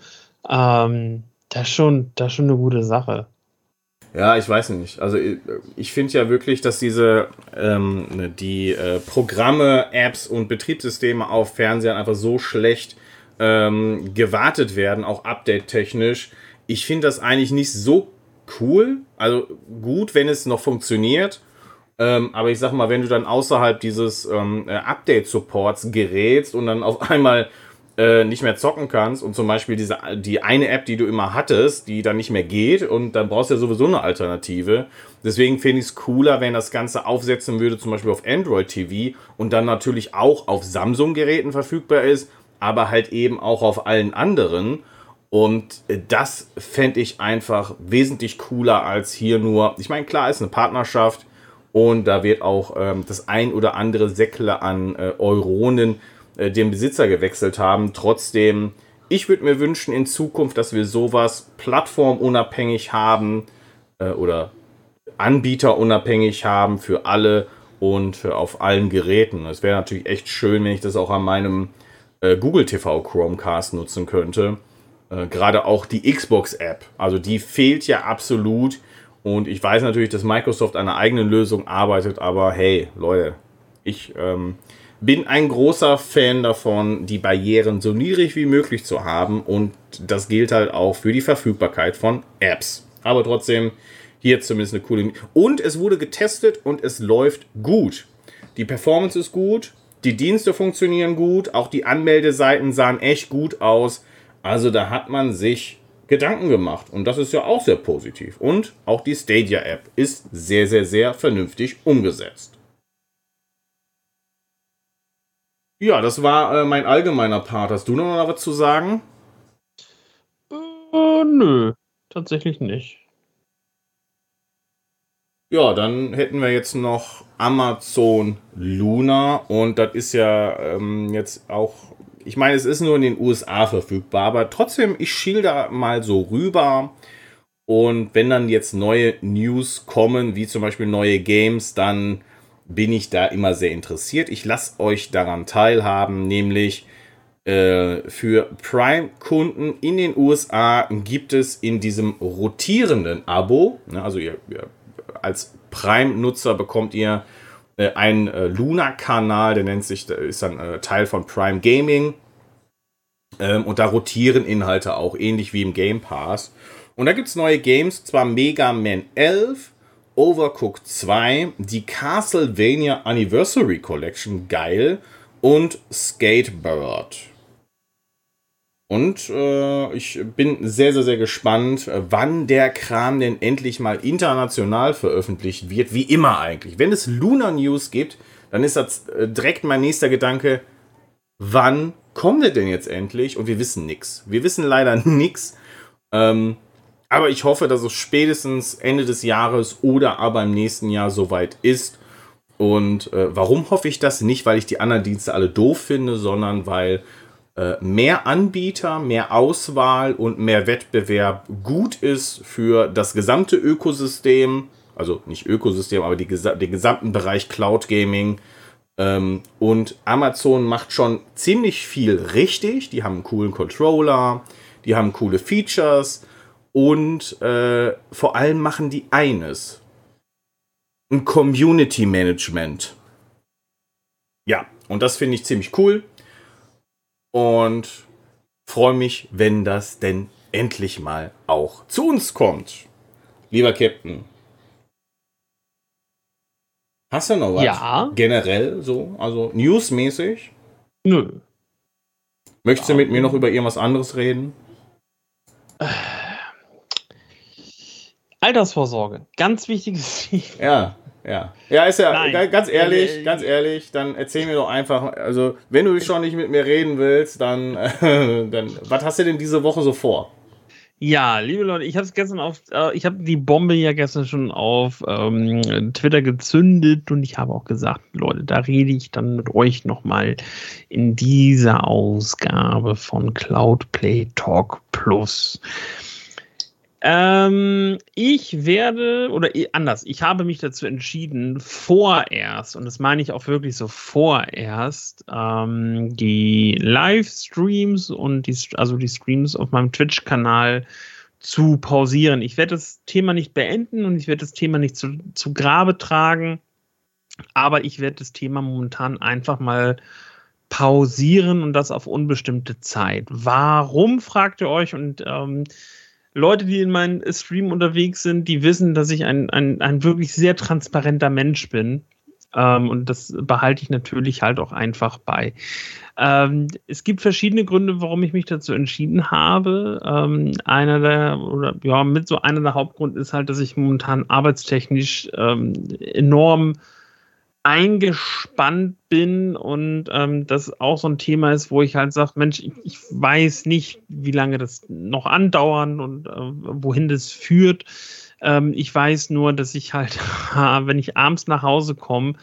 ähm, das ist schon, das ist schon eine gute Sache. Ja, ich weiß nicht. Also ich, ich finde ja wirklich, dass diese ähm, die äh, Programme, Apps und Betriebssysteme auf Fernsehern einfach so schlecht ähm, gewartet werden, auch update-technisch. Ich finde das eigentlich nicht so cool. Also gut, wenn es noch funktioniert. Ähm, aber ich sag mal, wenn du dann außerhalb dieses ähm, Update-Supports gerätst und dann auf einmal äh, nicht mehr zocken kannst und zum Beispiel diese, die eine App, die du immer hattest, die dann nicht mehr geht und dann brauchst du ja sowieso eine Alternative. Deswegen finde ich es cooler, wenn das Ganze aufsetzen würde, zum Beispiel auf Android T V und dann natürlich auch auf Samsung-Geräten verfügbar ist, aber halt eben auch auf allen anderen. Und das fände ich einfach wesentlich cooler als hier nur, ich meine, klar ist eine Partnerschaft und da wird auch ähm, das ein oder andere Säckle an äh, Euronen äh, dem Besitzer gewechselt haben. Trotzdem, ich würde mir wünschen in Zukunft, dass wir sowas plattformunabhängig haben äh, oder anbieterunabhängig haben für alle und für auf allen Geräten. Es wäre natürlich echt schön, wenn ich das auch an meinem äh, Google T V Chromecast nutzen könnte. Äh, Gerade auch die Xbox-App. Also die fehlt ja absolut. Und ich weiß natürlich, dass Microsoft an einer eigenen Lösung arbeitet, aber hey, Leute, ich ähm, bin ein großer Fan davon, die Barrieren so niedrig wie möglich zu haben und das gilt halt auch für die Verfügbarkeit von Apps. Aber trotzdem, hier zumindest eine coole... Und es wurde getestet und es läuft gut. Die Performance ist gut, die Dienste funktionieren gut, auch die Anmeldeseiten sahen echt gut aus. Also da hat man sich Gedanken gemacht und das ist ja auch sehr positiv. Und auch die Stadia-App ist sehr, sehr, sehr vernünftig umgesetzt. Ja, das war äh, mein allgemeiner Part. Hast du noch was zu sagen? Äh, nö, tatsächlich nicht. Ja, dann hätten wir jetzt noch Amazon Luna und das ist ja ähm, jetzt auch, ich meine, es ist nur in den U S A verfügbar, aber trotzdem, ich schiel da mal so rüber und wenn dann jetzt neue News kommen, wie zum Beispiel neue Games, dann bin ich da immer sehr interessiert. Ich lasse euch daran teilhaben, nämlich äh, für Prime-Kunden in den U S A gibt es in diesem rotierenden Abo, ne, also ihr, ihr als Prime-Nutzer bekommt ihr äh, einen äh, Luna-Kanal, der nennt sich, der ist dann äh, Teil von Prime Gaming. Ähm, und da rotieren Inhalte auch, ähnlich wie im Game Pass. Und da gibt es neue Games, zwar Mega Man elf, Overcooked zwei, die Castlevania Anniversary Collection, geil, und Skatebird. Und äh, ich bin sehr, sehr, sehr gespannt, wann der Kram denn endlich mal international veröffentlicht wird. Wie immer eigentlich. Wenn es Lunar News gibt, dann ist das äh, direkt mein nächster Gedanke, wann kommt der denn jetzt endlich? Und wir wissen nichts. Wir wissen leider nichts. Ähm, aber ich hoffe, dass es spätestens Ende des Jahres oder aber im nächsten Jahr soweit ist. Und äh, warum hoffe ich das? Nicht, weil ich die anderen Dienste alle doof finde, sondern weil mehr Anbieter, mehr Auswahl und mehr Wettbewerb gut ist für das gesamte Ökosystem, also nicht Ökosystem, aber die, den gesamten Bereich Cloud Gaming. Ähm, und Amazon macht schon ziemlich viel richtig. Die haben einen coolen Controller, die haben coole Features und äh, vor allem machen die eines: ein Community Management. Ja, und das finde ich ziemlich cool. Und freue mich, wenn das denn endlich mal auch zu uns kommt. Lieber Captain. Hast du noch was? Ja. Generell so, also newsmäßig? Nö. Möchtest ja. du mit mir noch über irgendwas anderes reden? Altersvorsorge. Ganz wichtiges Thema. Ja. Ja, ja, ist ja, Nein. ganz ehrlich, äh, ganz ehrlich, dann erzähl mir doch einfach, also, wenn du schon nicht mit mir reden willst, dann, äh, dann, was hast du denn diese Woche so vor? Ja, liebe Leute, ich habe es gestern auf, äh, ich habe die Bombe ja gestern schon auf ähm, Twitter gezündet und ich habe auch gesagt, Leute, da rede ich dann mit euch nochmal in dieser Ausgabe von Cloudplay Talk Plus. Ähm, ich werde, oder anders, ich habe mich dazu entschieden, vorerst, und das meine ich auch wirklich so vorerst, ähm, die Livestreams und die, also die Streams auf meinem Twitch-Kanal zu pausieren. Ich werde das Thema nicht beenden und ich werde das Thema nicht zu, zu Grabe tragen, aber ich werde das Thema momentan einfach mal pausieren und das auf unbestimmte Zeit. Warum, fragt ihr euch? Und ähm, Leute, die in meinem Stream unterwegs sind, die wissen, dass ich ein, ein, ein wirklich sehr transparenter Mensch bin. Ähm, und das behalte ich natürlich halt auch einfach bei. Ähm, es gibt verschiedene Gründe, warum ich mich dazu entschieden habe. Ähm, einer der, oder ja, mit so einer der Hauptgründe ist halt, dass ich momentan arbeitstechnisch ähm, enorm eingespannt bin und ähm, das auch so ein Thema ist, wo ich halt sage, Mensch, ich, ich weiß nicht, wie lange das noch andauern und äh, wohin das führt. Ähm, ich weiß nur, dass ich halt, wenn ich abends nach Hause komme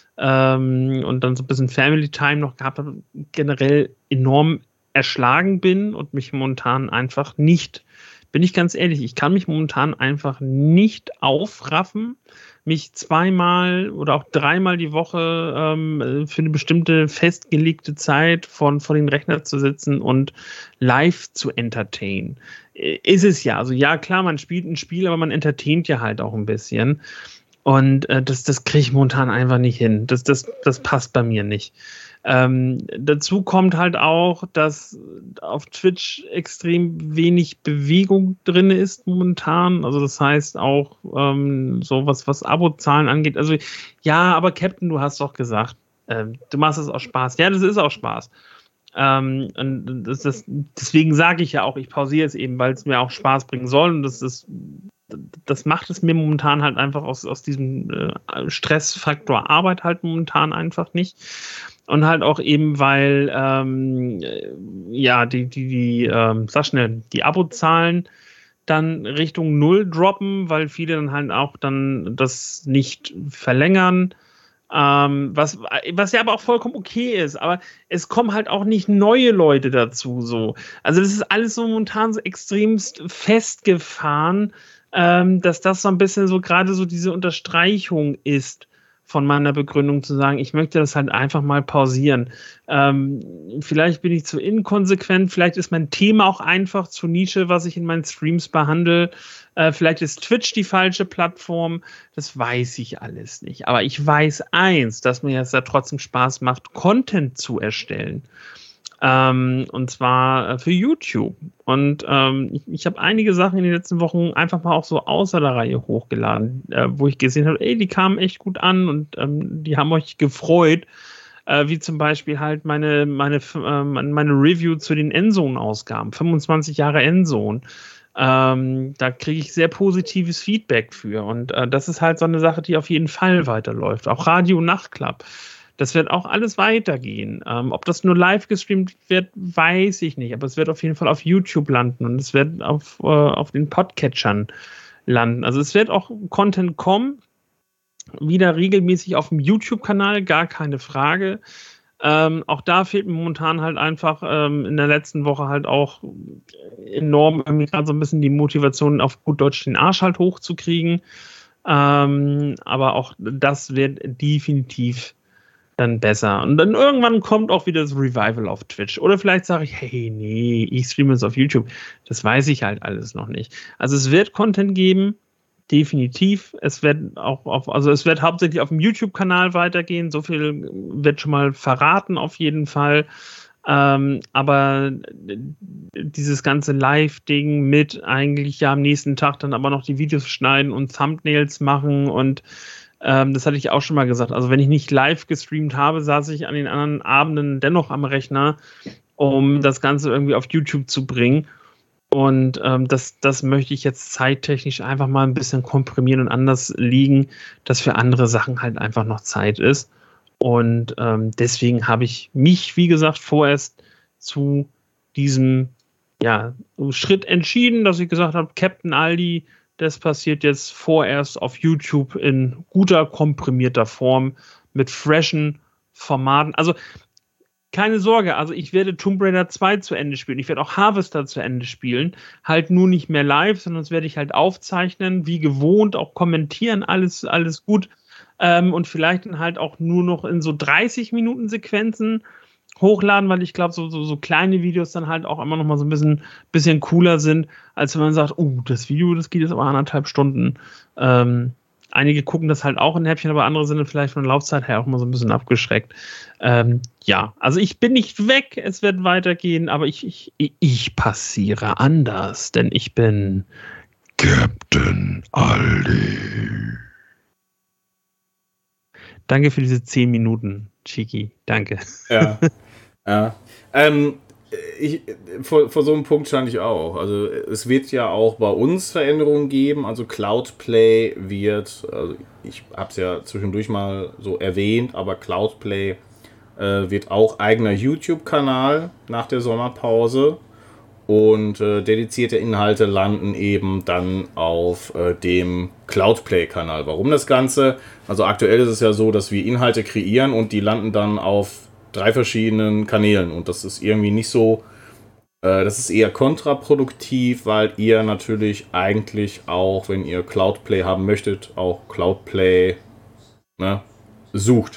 ähm, und dann so ein bisschen Family Time noch gehabt habe, generell enorm erschlagen bin und mich momentan einfach nicht, bin ich ganz ehrlich, ich kann mich momentan einfach nicht aufraffen, mich zweimal oder auch dreimal die Woche ähm, für eine bestimmte festgelegte Zeit von, vor den Rechner zu sitzen und live zu entertainen. Ist es ja. Also ja, klar, man spielt ein Spiel, aber man entertaint ja halt auch ein bisschen. Und äh, das, das kriege ich momentan einfach nicht hin. Das, das, das passt bei mir nicht. Ähm, dazu kommt halt auch, dass auf Twitch extrem wenig Bewegung drin ist momentan. Also das heißt auch ähm, so was, was Abozahlen angeht. Also ja, aber Captain, du hast doch gesagt, äh, du machst es auch Spaß. Ja, das ist auch Spaß. Ähm, und das, das, deswegen sage ich ja auch, ich pausiere es eben, weil es mir auch Spaß bringen soll. Und das ist, das macht es mir momentan halt einfach aus, aus diesem äh, Stressfaktor Arbeit halt momentan einfach nicht. Und halt auch eben, weil ähm, ja, die, die, die, ähm, sag schnell, die Abozahlen dann Richtung Null droppen, weil viele dann halt auch dann das nicht verlängern. Ähm, was, was ja aber auch vollkommen okay ist, aber es kommen halt auch nicht neue Leute dazu. So. Also das ist alles so momentan so extremst festgefahren, ähm, dass das so ein bisschen so gerade so diese Unterstreichung ist von meiner Begründung zu sagen, ich möchte das halt einfach mal pausieren. Ähm, vielleicht bin ich zu inkonsequent, vielleicht ist mein Thema auch einfach zu Nische, was ich in meinen Streams behandle. Äh, vielleicht ist Twitch die falsche Plattform. Das weiß ich alles nicht. Aber ich weiß eins, dass mir jetzt da trotzdem Spaß macht, Content zu erstellen. Ähm, und zwar für YouTube. Und ähm, ich, ich habe einige Sachen in den letzten Wochen einfach mal auch so außer der Reihe hochgeladen, äh, wo ich gesehen habe, ey, die kamen echt gut an und ähm, die haben euch gefreut. Äh, wie zum Beispiel halt meine, meine, äh, meine Review zu den Endzone-Ausgaben. fünfundzwanzig Jahre Endzone. Ähm, da kriege ich sehr positives Feedback für. Und äh, das ist halt so eine Sache, die auf jeden Fall weiterläuft. Auch Radio Nachtclub. Das wird auch alles weitergehen. Ähm, ob das nur live gestreamt wird, weiß ich nicht. Aber es wird auf jeden Fall auf YouTube landen und es wird auf, äh, auf den Podcatchern landen. Also es wird auch Content kommen, wieder regelmäßig auf dem YouTube-Kanal, gar keine Frage. Ähm, auch da fehlt mir momentan halt einfach ähm, in der letzten Woche halt auch enorm irgendwie gerade so ein bisschen die Motivation, auf gut Deutsch den Arsch halt hochzukriegen. Ähm, aber auch das wird definitiv dann besser. Und dann irgendwann kommt auch wieder das Revival auf Twitch. Oder vielleicht sage ich, hey, nee, ich streame es auf YouTube. Das weiß ich halt alles noch nicht. Also es wird Content geben, definitiv. Es wird auch auf, also es wird hauptsächlich auf dem YouTube-Kanal weitergehen. So viel wird schon mal verraten auf jeden Fall. Ähm, aber dieses ganze Live-Ding mit eigentlich ja am nächsten Tag dann aber noch die Videos schneiden und Thumbnails machen und Ähm, das hatte ich auch schon mal gesagt. Also wenn ich nicht live gestreamt habe, saß ich an den anderen Abenden dennoch am Rechner, um das Ganze irgendwie auf YouTube zu bringen. Und ähm, das, das möchte ich jetzt zeittechnisch einfach mal ein bisschen komprimieren und anders liegen, dass für andere Sachen halt einfach noch Zeit ist. Und ähm, deswegen habe ich mich, wie gesagt, vorerst zu diesem ja, Schritt entschieden, dass ich gesagt habe, Captain Aldi, das passiert jetzt vorerst auf YouTube in guter, komprimierter Form mit freshen Formaten. Also keine Sorge, also ich werde Tomb Raider zwei zu Ende spielen. Ich werde auch Harvester zu Ende spielen. Halt nur nicht mehr live, sondern das werde ich halt aufzeichnen, wie gewohnt, auch kommentieren, alles, alles gut. Ähm, und vielleicht dann halt auch nur noch in so dreißig Minuten Sequenzen hochladen, weil ich glaube, so, so, so kleine Videos dann halt auch immer noch mal so ein bisschen, bisschen cooler sind, als wenn man sagt, oh, das Video, das geht jetzt aber anderthalb Stunden. Ähm, einige gucken das halt auch in Häppchen, aber andere sind dann vielleicht von der Laufzeit her auch mal so ein bisschen abgeschreckt. Ähm, ja, also ich bin nicht weg, es wird weitergehen, aber ich, ich, ich passiere anders, denn ich bin Captain Aldi. Danke für diese zehn Minuten, Chiki. Danke. Ja. Ja. Ähm, ich, vor, vor so einem Punkt stand ich auch. Also es wird ja auch bei uns Veränderungen geben. Also Cloudplay wird, also ich habe es ja zwischendurch mal so erwähnt, aber Cloudplay äh, wird auch eigener YouTube-Kanal nach der Sommerpause. Und äh, dedizierte Inhalte landen eben dann auf äh, dem Cloudplay-Kanal. Warum das Ganze? Also aktuell ist es ja so, dass wir Inhalte kreieren und die landen dann auf drei verschiedenen Kanälen. Und das ist irgendwie nicht so, äh, das ist eher kontraproduktiv, weil ihr natürlich eigentlich auch, wenn ihr Cloudplay haben möchtet, auch Cloudplay ne, sucht.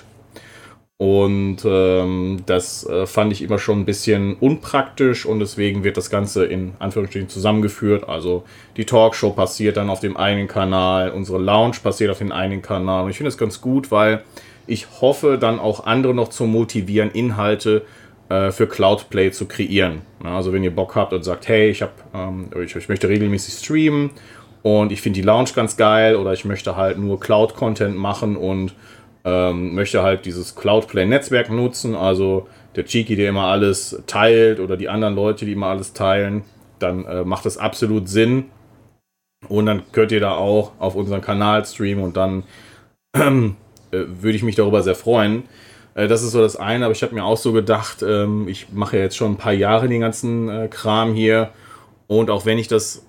Und ähm, das äh, fand ich immer schon ein bisschen unpraktisch und deswegen wird das Ganze in Anführungsstrichen zusammengeführt. Also die Talkshow passiert dann auf dem einen Kanal, unsere Lounge passiert auf dem einen Kanal. Und ich finde das ganz gut, weil ich hoffe, dann auch andere noch zu motivieren, Inhalte äh, für Cloudplay zu kreieren. Ja, also wenn ihr Bock habt und sagt, hey, ich, hab, ähm, ich, ich möchte regelmäßig streamen und ich finde die Lounge ganz geil oder ich möchte halt nur Cloud-Content machen und Ähm, möchte halt dieses Cloudplay-Netzwerk nutzen, also der Chiki, der immer alles teilt oder die anderen Leute, die immer alles teilen, dann äh, macht das absolut Sinn und dann könnt ihr da auch auf unseren Kanal streamen und dann äh, würde ich mich darüber sehr freuen. Äh, das ist so das eine, aber ich habe mir auch so gedacht, ähm, ich mache ja jetzt schon ein paar Jahre den ganzen äh, Kram hier und auch wenn ich das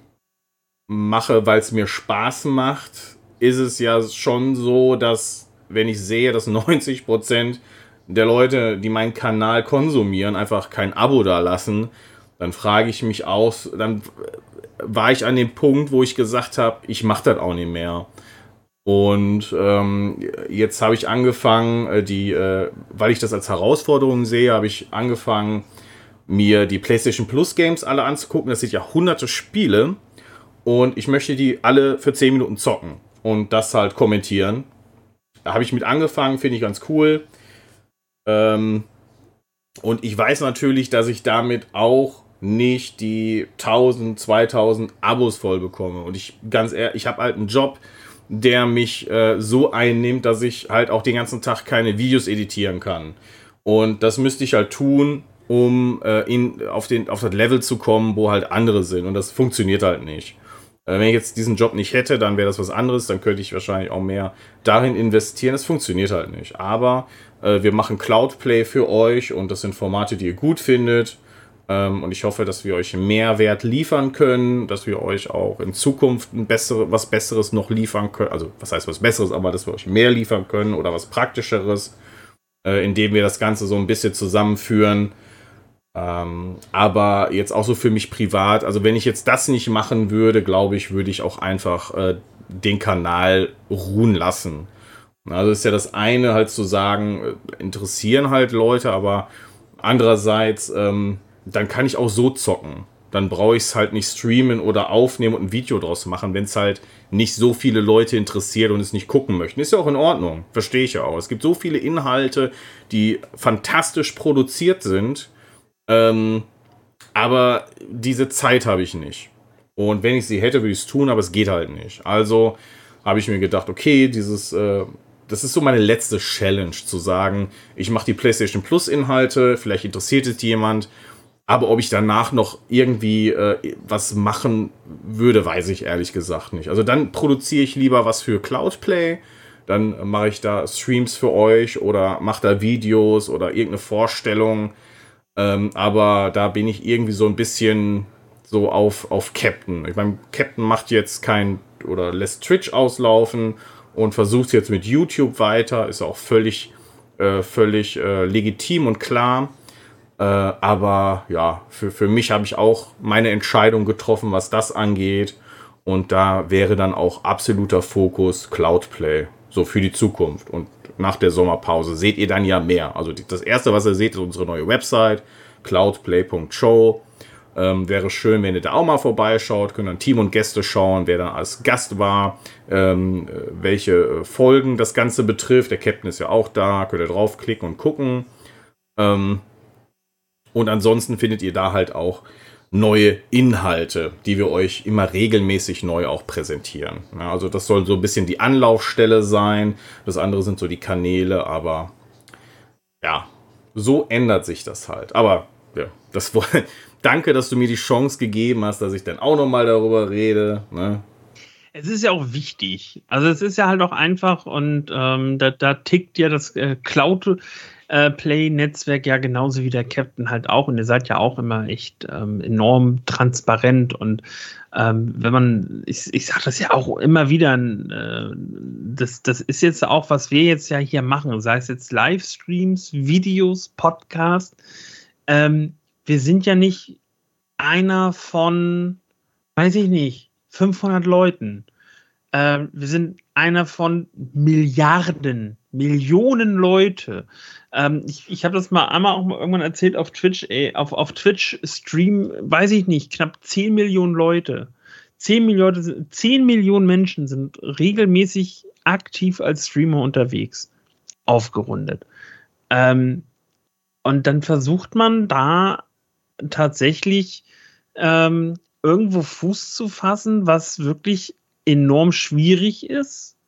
mache, weil es mir Spaß macht, ist es ja schon so, dass wenn ich sehe, dass neunzig Prozent der Leute, die meinen Kanal konsumieren, einfach kein Abo da lassen, dann frage ich mich aus, dann war ich an dem Punkt, wo ich gesagt habe, ich mache das auch nicht mehr. Und ähm, jetzt habe ich angefangen, die, äh, weil ich das als Herausforderung sehe, habe ich angefangen, mir die PlayStation Plus Games alle anzugucken. Das sind ja hunderte Spiele und ich möchte die alle für zehn Minuten zocken und das halt kommentieren. Da habe ich mit angefangen, finde ich ganz cool. Ähm, Und ich weiß natürlich, dass ich damit auch nicht die tausend, zweitausend Abos voll bekomme. Und ich, ganz ehrlich, ich habe halt einen Job, der mich äh, so einnimmt, dass ich halt auch den ganzen Tag keine Videos editieren kann. Und das müsste ich halt tun, um äh, in, auf, den, auf das Level zu kommen, wo halt andere sind. Und das funktioniert halt nicht. Äh, wenn ich jetzt diesen Job nicht hätte, dann wäre das was anderes. Dann könnte ich wahrscheinlich auch mehr darin investieren. Das funktioniert halt nicht. Aber äh, wir machen Cloudplay für euch und das sind Formate, die ihr gut findet. Ähm, und ich hoffe, dass wir euch Mehrwert liefern können, dass wir euch auch in Zukunft ein bessere, was Besseres noch liefern können. Also, was heißt was Besseres, aber dass wir euch mehr liefern können oder was Praktischeres, äh, indem wir das Ganze so ein bisschen zusammenführen. Ähm, aber jetzt auch so für mich privat, also wenn ich jetzt das nicht machen würde, glaube ich, würde ich auch einfach äh, den Kanal ruhen lassen. Also ist ja das eine halt zu sagen, äh, interessieren halt Leute, aber andererseits, ähm, dann kann ich auch so zocken. Dann brauche ich es halt nicht streamen oder aufnehmen und ein Video draus machen, wenn es halt nicht so viele Leute interessiert und es nicht gucken möchten. Ist ja auch in Ordnung, verstehe ich ja auch. Es gibt so viele Inhalte, die fantastisch produziert sind, ähm, aber diese Zeit habe ich nicht. Und wenn ich sie hätte, würde ich es tun, aber es geht halt nicht. Also habe ich mir gedacht, okay, dieses... Äh, Das ist so meine letzte Challenge, zu sagen, ich mache die PlayStation Plus Inhalte, vielleicht interessiert es jemand, aber ob ich danach noch irgendwie äh, was machen würde, weiß ich ehrlich gesagt nicht. Also dann produziere ich lieber was für Cloudplay, dann mache ich da Streams für euch oder mache da Videos oder irgendeine Vorstellung, ähm, aber da bin ich irgendwie so ein bisschen so auf, auf Captain. Ich meine, Captain macht jetzt kein oder lässt Twitch auslaufen und versucht jetzt mit YouTube weiter, ist auch völlig, äh, völlig äh, legitim und klar. Äh, aber ja, für, für mich habe ich auch meine Entscheidung getroffen, was das angeht. Und da wäre dann auch absoluter Fokus Cloudplay, so für die Zukunft. Und nach der Sommerpause seht ihr dann ja mehr. Also das Erste, was ihr seht, ist unsere neue Website, cloudplay punkt show. Ähm, wäre schön, wenn ihr da auch mal vorbeischaut, können dann Team und Gäste schauen, wer dann als Gast war, ähm, welche Folgen das Ganze betrifft. Der Captain ist ja auch da, könnt ihr draufklicken und gucken. Ähm, und ansonsten findet ihr da halt auch neue Inhalte, die wir euch immer regelmäßig neu auch präsentieren. Ja, also das soll so ein bisschen die Anlaufstelle sein, das andere sind so die Kanäle, aber ja, so ändert sich das halt. Aber ja, das wollen... Danke, dass du mir die Chance gegeben hast, dass ich dann auch nochmal darüber rede. Ne? Es ist ja auch wichtig. Also es ist ja halt auch einfach und ähm, da, da tickt ja das äh, Cloud-Play-Netzwerk ja genauso wie der Captain halt auch. Und ihr seid ja auch immer echt ähm, enorm transparent. Und ähm, wenn man, ich, ich sage das ja auch immer wieder, äh, das, das ist jetzt auch, was wir jetzt ja hier machen, sei es jetzt Livestreams, Videos, Podcast, ähm, wir sind ja nicht einer von, weiß ich nicht, fünfhundert Leuten. Äh, wir sind einer von Milliarden, Millionen Leute. Ähm, ich ich habe das mal einmal auch mal irgendwann erzählt auf Twitch. Ey, auf, auf Twitch streamen, weiß ich nicht, knapp zehn Millionen Leute. zehn Millionen, zehn Millionen Menschen sind regelmäßig aktiv als Streamer unterwegs. Aufgerundet. Ähm, und dann versucht man da tatsächlich ähm, irgendwo Fuß zu fassen, was wirklich enorm schwierig ist,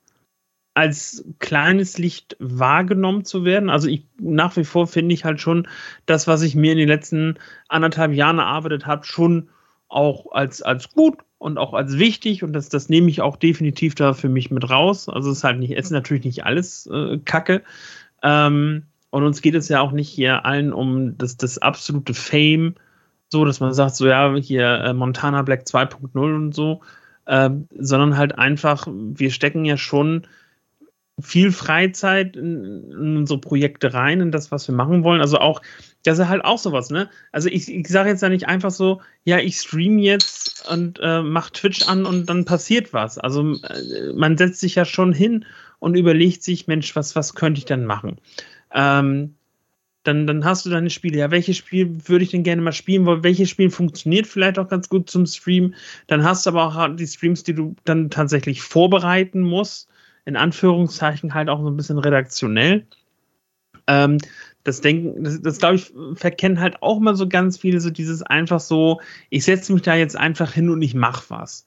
als kleines Licht wahrgenommen zu werden. Also ich nach wie vor finde ich halt schon das, was ich mir in den letzten anderthalb Jahren erarbeitet habe, schon auch als, als gut und auch als wichtig und das, das nehme ich auch definitiv da für mich mit raus. Also es ist halt nicht, es ist natürlich nicht alles äh, Kacke. Ähm, Und uns geht es ja auch nicht hier allen um das, das absolute Fame, so dass man sagt, so ja, hier äh, Montana Black zwei Punkt null und so, äh, sondern halt einfach, wir stecken ja schon viel Freizeit in, in unsere Projekte rein, in das, was wir machen wollen. Also auch, das ist halt auch sowas, ne? Also ich, ich sage jetzt ja nicht einfach so, ja, ich streame jetzt und äh, mach Twitch an und dann passiert was. Also äh, man setzt sich ja schon hin und überlegt sich, Mensch, was, was könnte ich denn machen? Ähm, dann, dann hast du deine Spiele. Ja, welches Spiel würde ich denn gerne mal spielen? Welches Spiel funktioniert vielleicht auch ganz gut zum Stream? Dann hast du aber auch die Streams, die du dann tatsächlich vorbereiten musst. In Anführungszeichen halt auch so ein bisschen redaktionell. Ähm, das Denken, das, das glaube ich, verkennen halt auch mal so ganz viele, so dieses einfach so, ich setze mich da jetzt einfach hin und ich mache was.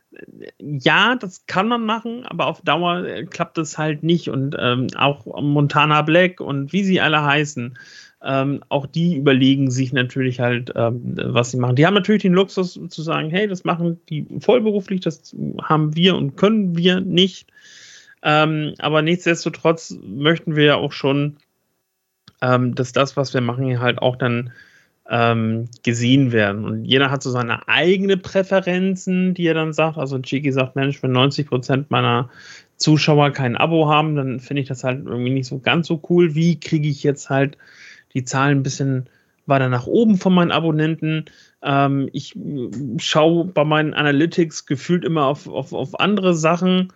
Ja, das kann man machen, aber auf Dauer äh, klappt das halt nicht. Und ähm, auch Montana Black und wie sie alle heißen, ähm, auch die überlegen sich natürlich halt, ähm, was sie machen. Die haben natürlich den Luxus zu sagen, hey, das machen die vollberuflich, das haben wir und können wir nicht. Ähm, aber nichtsdestotrotz möchten wir ja auch schon, ähm, dass das, was wir machen, halt auch dann ähm, gesehen werden. Und jeder hat so seine eigenen Präferenzen, die er dann sagt. Also Cheeky sagt, Mensch, wenn neunzig Prozent meiner Zuschauer kein Abo haben, dann finde ich das halt irgendwie nicht so ganz so cool. Wie kriege ich jetzt halt die Zahlen ein bisschen weiter nach oben von meinen Abonnenten? Ähm, ich schaue bei meinen Analytics gefühlt immer auf, auf, auf andere Sachen.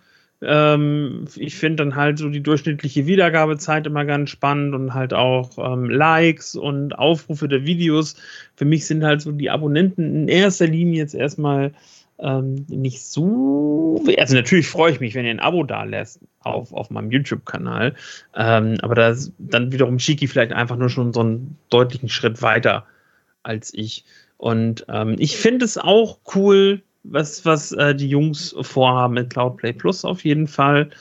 Ähm, ich finde dann halt so die durchschnittliche Wiedergabezeit immer ganz spannend und halt auch ähm, Likes und Aufrufe der Videos. Für mich sind halt so die Abonnenten in erster Linie jetzt erstmal ähm, nicht so. Also natürlich freue ich mich, wenn ihr ein Abo da lässt auf, auf meinem YouTube-Kanal. Ähm, aber da ist dann wiederum Cheeky vielleicht einfach nur schon so einen deutlichen Schritt weiter als ich. Und ähm, ich finde es auch cool, was, was äh, die Jungs vorhaben mit Cloudplay Plus auf jeden Fall,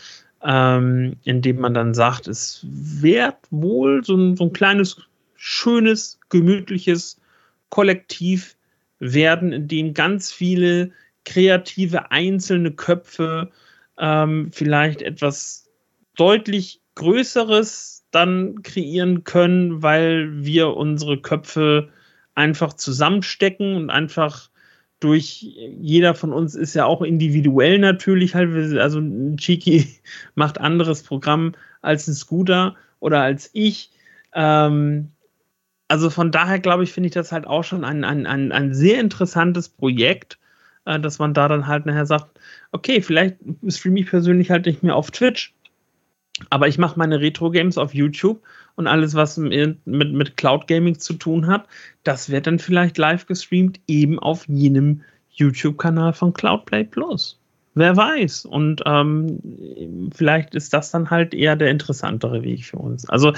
ähm, indem man dann sagt, es wird wohl so ein, so ein kleines, schönes, gemütliches Kollektiv werden, in dem ganz viele kreative, einzelne Köpfe ähm, vielleicht etwas deutlich Größeres dann kreieren können, weil wir unsere Köpfe einfach zusammenstecken und einfach durch, jeder von uns ist ja auch individuell natürlich halt, also ein Cheeky macht anderes Programm als ein Scooter oder als ich. Ähm, also von daher, glaube ich, finde ich das halt auch schon ein, ein, ein, ein sehr interessantes Projekt, äh, dass man da dann halt nachher sagt, okay, vielleicht streame ich persönlich halt nicht mehr auf Twitch, aber ich mache meine Retro-Games auf YouTube und alles, was mit, mit, mit Cloud Gaming zu tun hat, das wird dann vielleicht live gestreamt, eben auf jenem YouTube-Kanal von Cloudplay Plus. Wer weiß. Und ähm, vielleicht ist das dann halt eher der interessantere Weg für uns. Also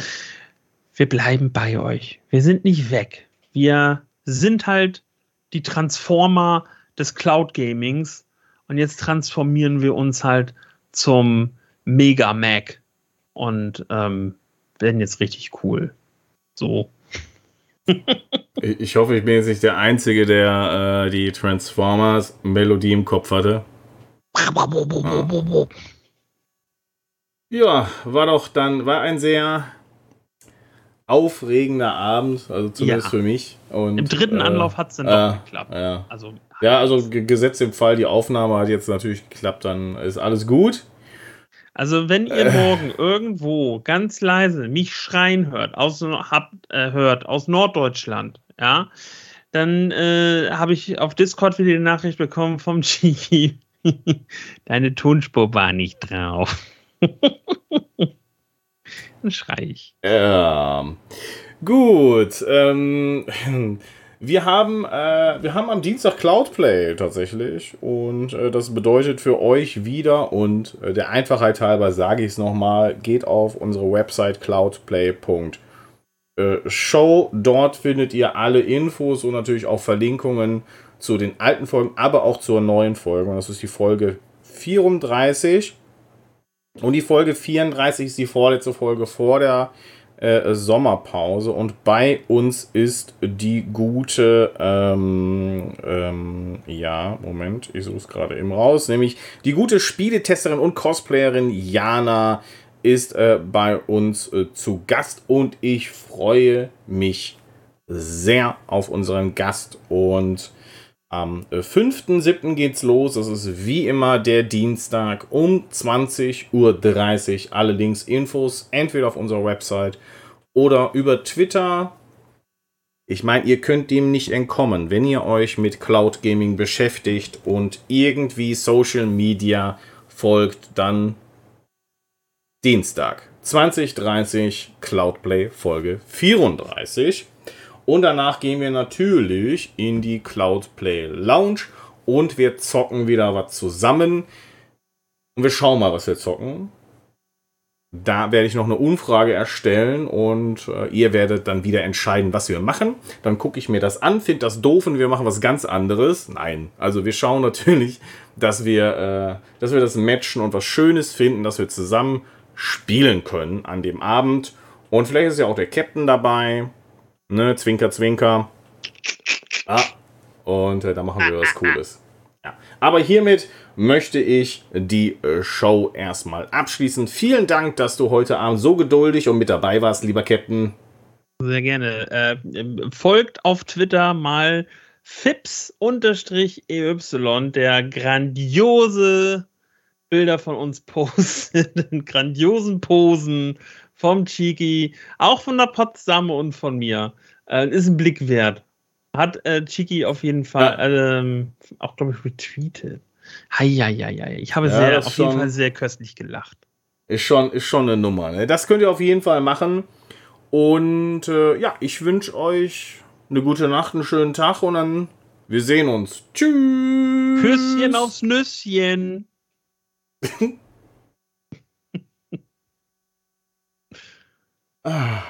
wir bleiben bei euch. Wir sind nicht weg. Wir sind halt die Transformer des Cloud Gamings und jetzt transformieren wir uns halt zum Mega Mac und ähm, werden jetzt richtig cool. So. Ich hoffe, ich bin jetzt nicht der Einzige, der äh, die Transformers-Melodie im Kopf hatte. Ja, war doch dann, war ein sehr aufregender Abend, also zumindest Ja. für mich. Und, Im dritten äh, Anlauf hat es dann äh, doch geklappt. Ja, Also, ja also g- gesetzt im Fall, die Aufnahme hat jetzt natürlich geklappt, dann ist alles gut. also wenn ihr Äh. morgen irgendwo ganz leise mich schreien hört, aus, habt, äh, hört, aus Norddeutschland, ja, dann äh, habe ich auf Discord wieder die Nachricht bekommen vom Cheeky. Deine Tonspur war nicht drauf. Dann schrei ich. Ähm, gut, ähm, wir haben, äh, wir haben am Dienstag Cloudplay tatsächlich und äh, das bedeutet für euch wieder und äh, der Einfachheit halber sage ich es nochmal, geht auf unsere Website cloudplay punkt show, dort findet ihr alle Infos und natürlich auch Verlinkungen zu den alten Folgen, aber auch zur neuen Folge und das ist die Folge vierunddreißig. Und die Folge vierunddreißig ist die vorletzte Folge vor der äh, Sommerpause. Und bei uns ist die gute, ähm, ähm, ja, Moment, ich suche es gerade eben raus, nämlich die gute Spieletesterin und Cosplayerin Jana ist äh, bei uns äh, zu Gast. Und ich freue mich sehr auf unseren Gast. Und am fünften siebten geht's los. Das ist wie immer der Dienstag um zwanzig Uhr dreißig. Alle Links, Infos entweder auf unserer Website oder über Twitter. Ich meine, ihr könnt dem nicht entkommen, wenn ihr euch mit Cloud Gaming beschäftigt und irgendwie Social Media folgt, dann Dienstag zwanzig Uhr dreißig Cloudplay Folge vierunddreißig. Und danach gehen wir natürlich in die Cloudplay Lounge und wir zocken wieder was zusammen. Und wir schauen mal, was wir zocken. Da werde ich noch eine Umfrage erstellen und äh, ihr werdet dann wieder entscheiden, was wir machen. Dann gucke ich mir das an, finde das doof und wir machen was ganz anderes. Nein, also wir schauen natürlich, dass wir, äh, dass wir das matchen und was Schönes finden, dass wir zusammen spielen können an dem Abend. Und vielleicht ist ja auch der Captain dabei. Ne, Zwinker, Zwinker. Ah, und äh, da machen wir was Cooles. Ja. Aber hiermit möchte ich die äh, Show erstmal abschließen. Vielen Dank, dass du heute Abend so geduldig und mit dabei warst, lieber Captain. Sehr gerne. Äh, folgt auf Twitter mal Fips-E Y, der grandiose Bilder von uns postet, in grandiosen Posen vom Chiki, auch von der Potsdam und von mir. Äh, ist ein Blick wert. Hat äh, Chiki auf jeden Fall ja. ähm, auch, glaube ich, retweetet. Heieiei. Ich habe ja, sehr, auf jeden Fall sehr köstlich gelacht. Ist schon, ist schon eine Nummer. Ne? Das könnt ihr auf jeden Fall machen. Und äh, ja, ich wünsche euch eine gute Nacht, einen schönen Tag und dann wir sehen uns. Tschüss. Küsschen aufs Nüsschen. ah.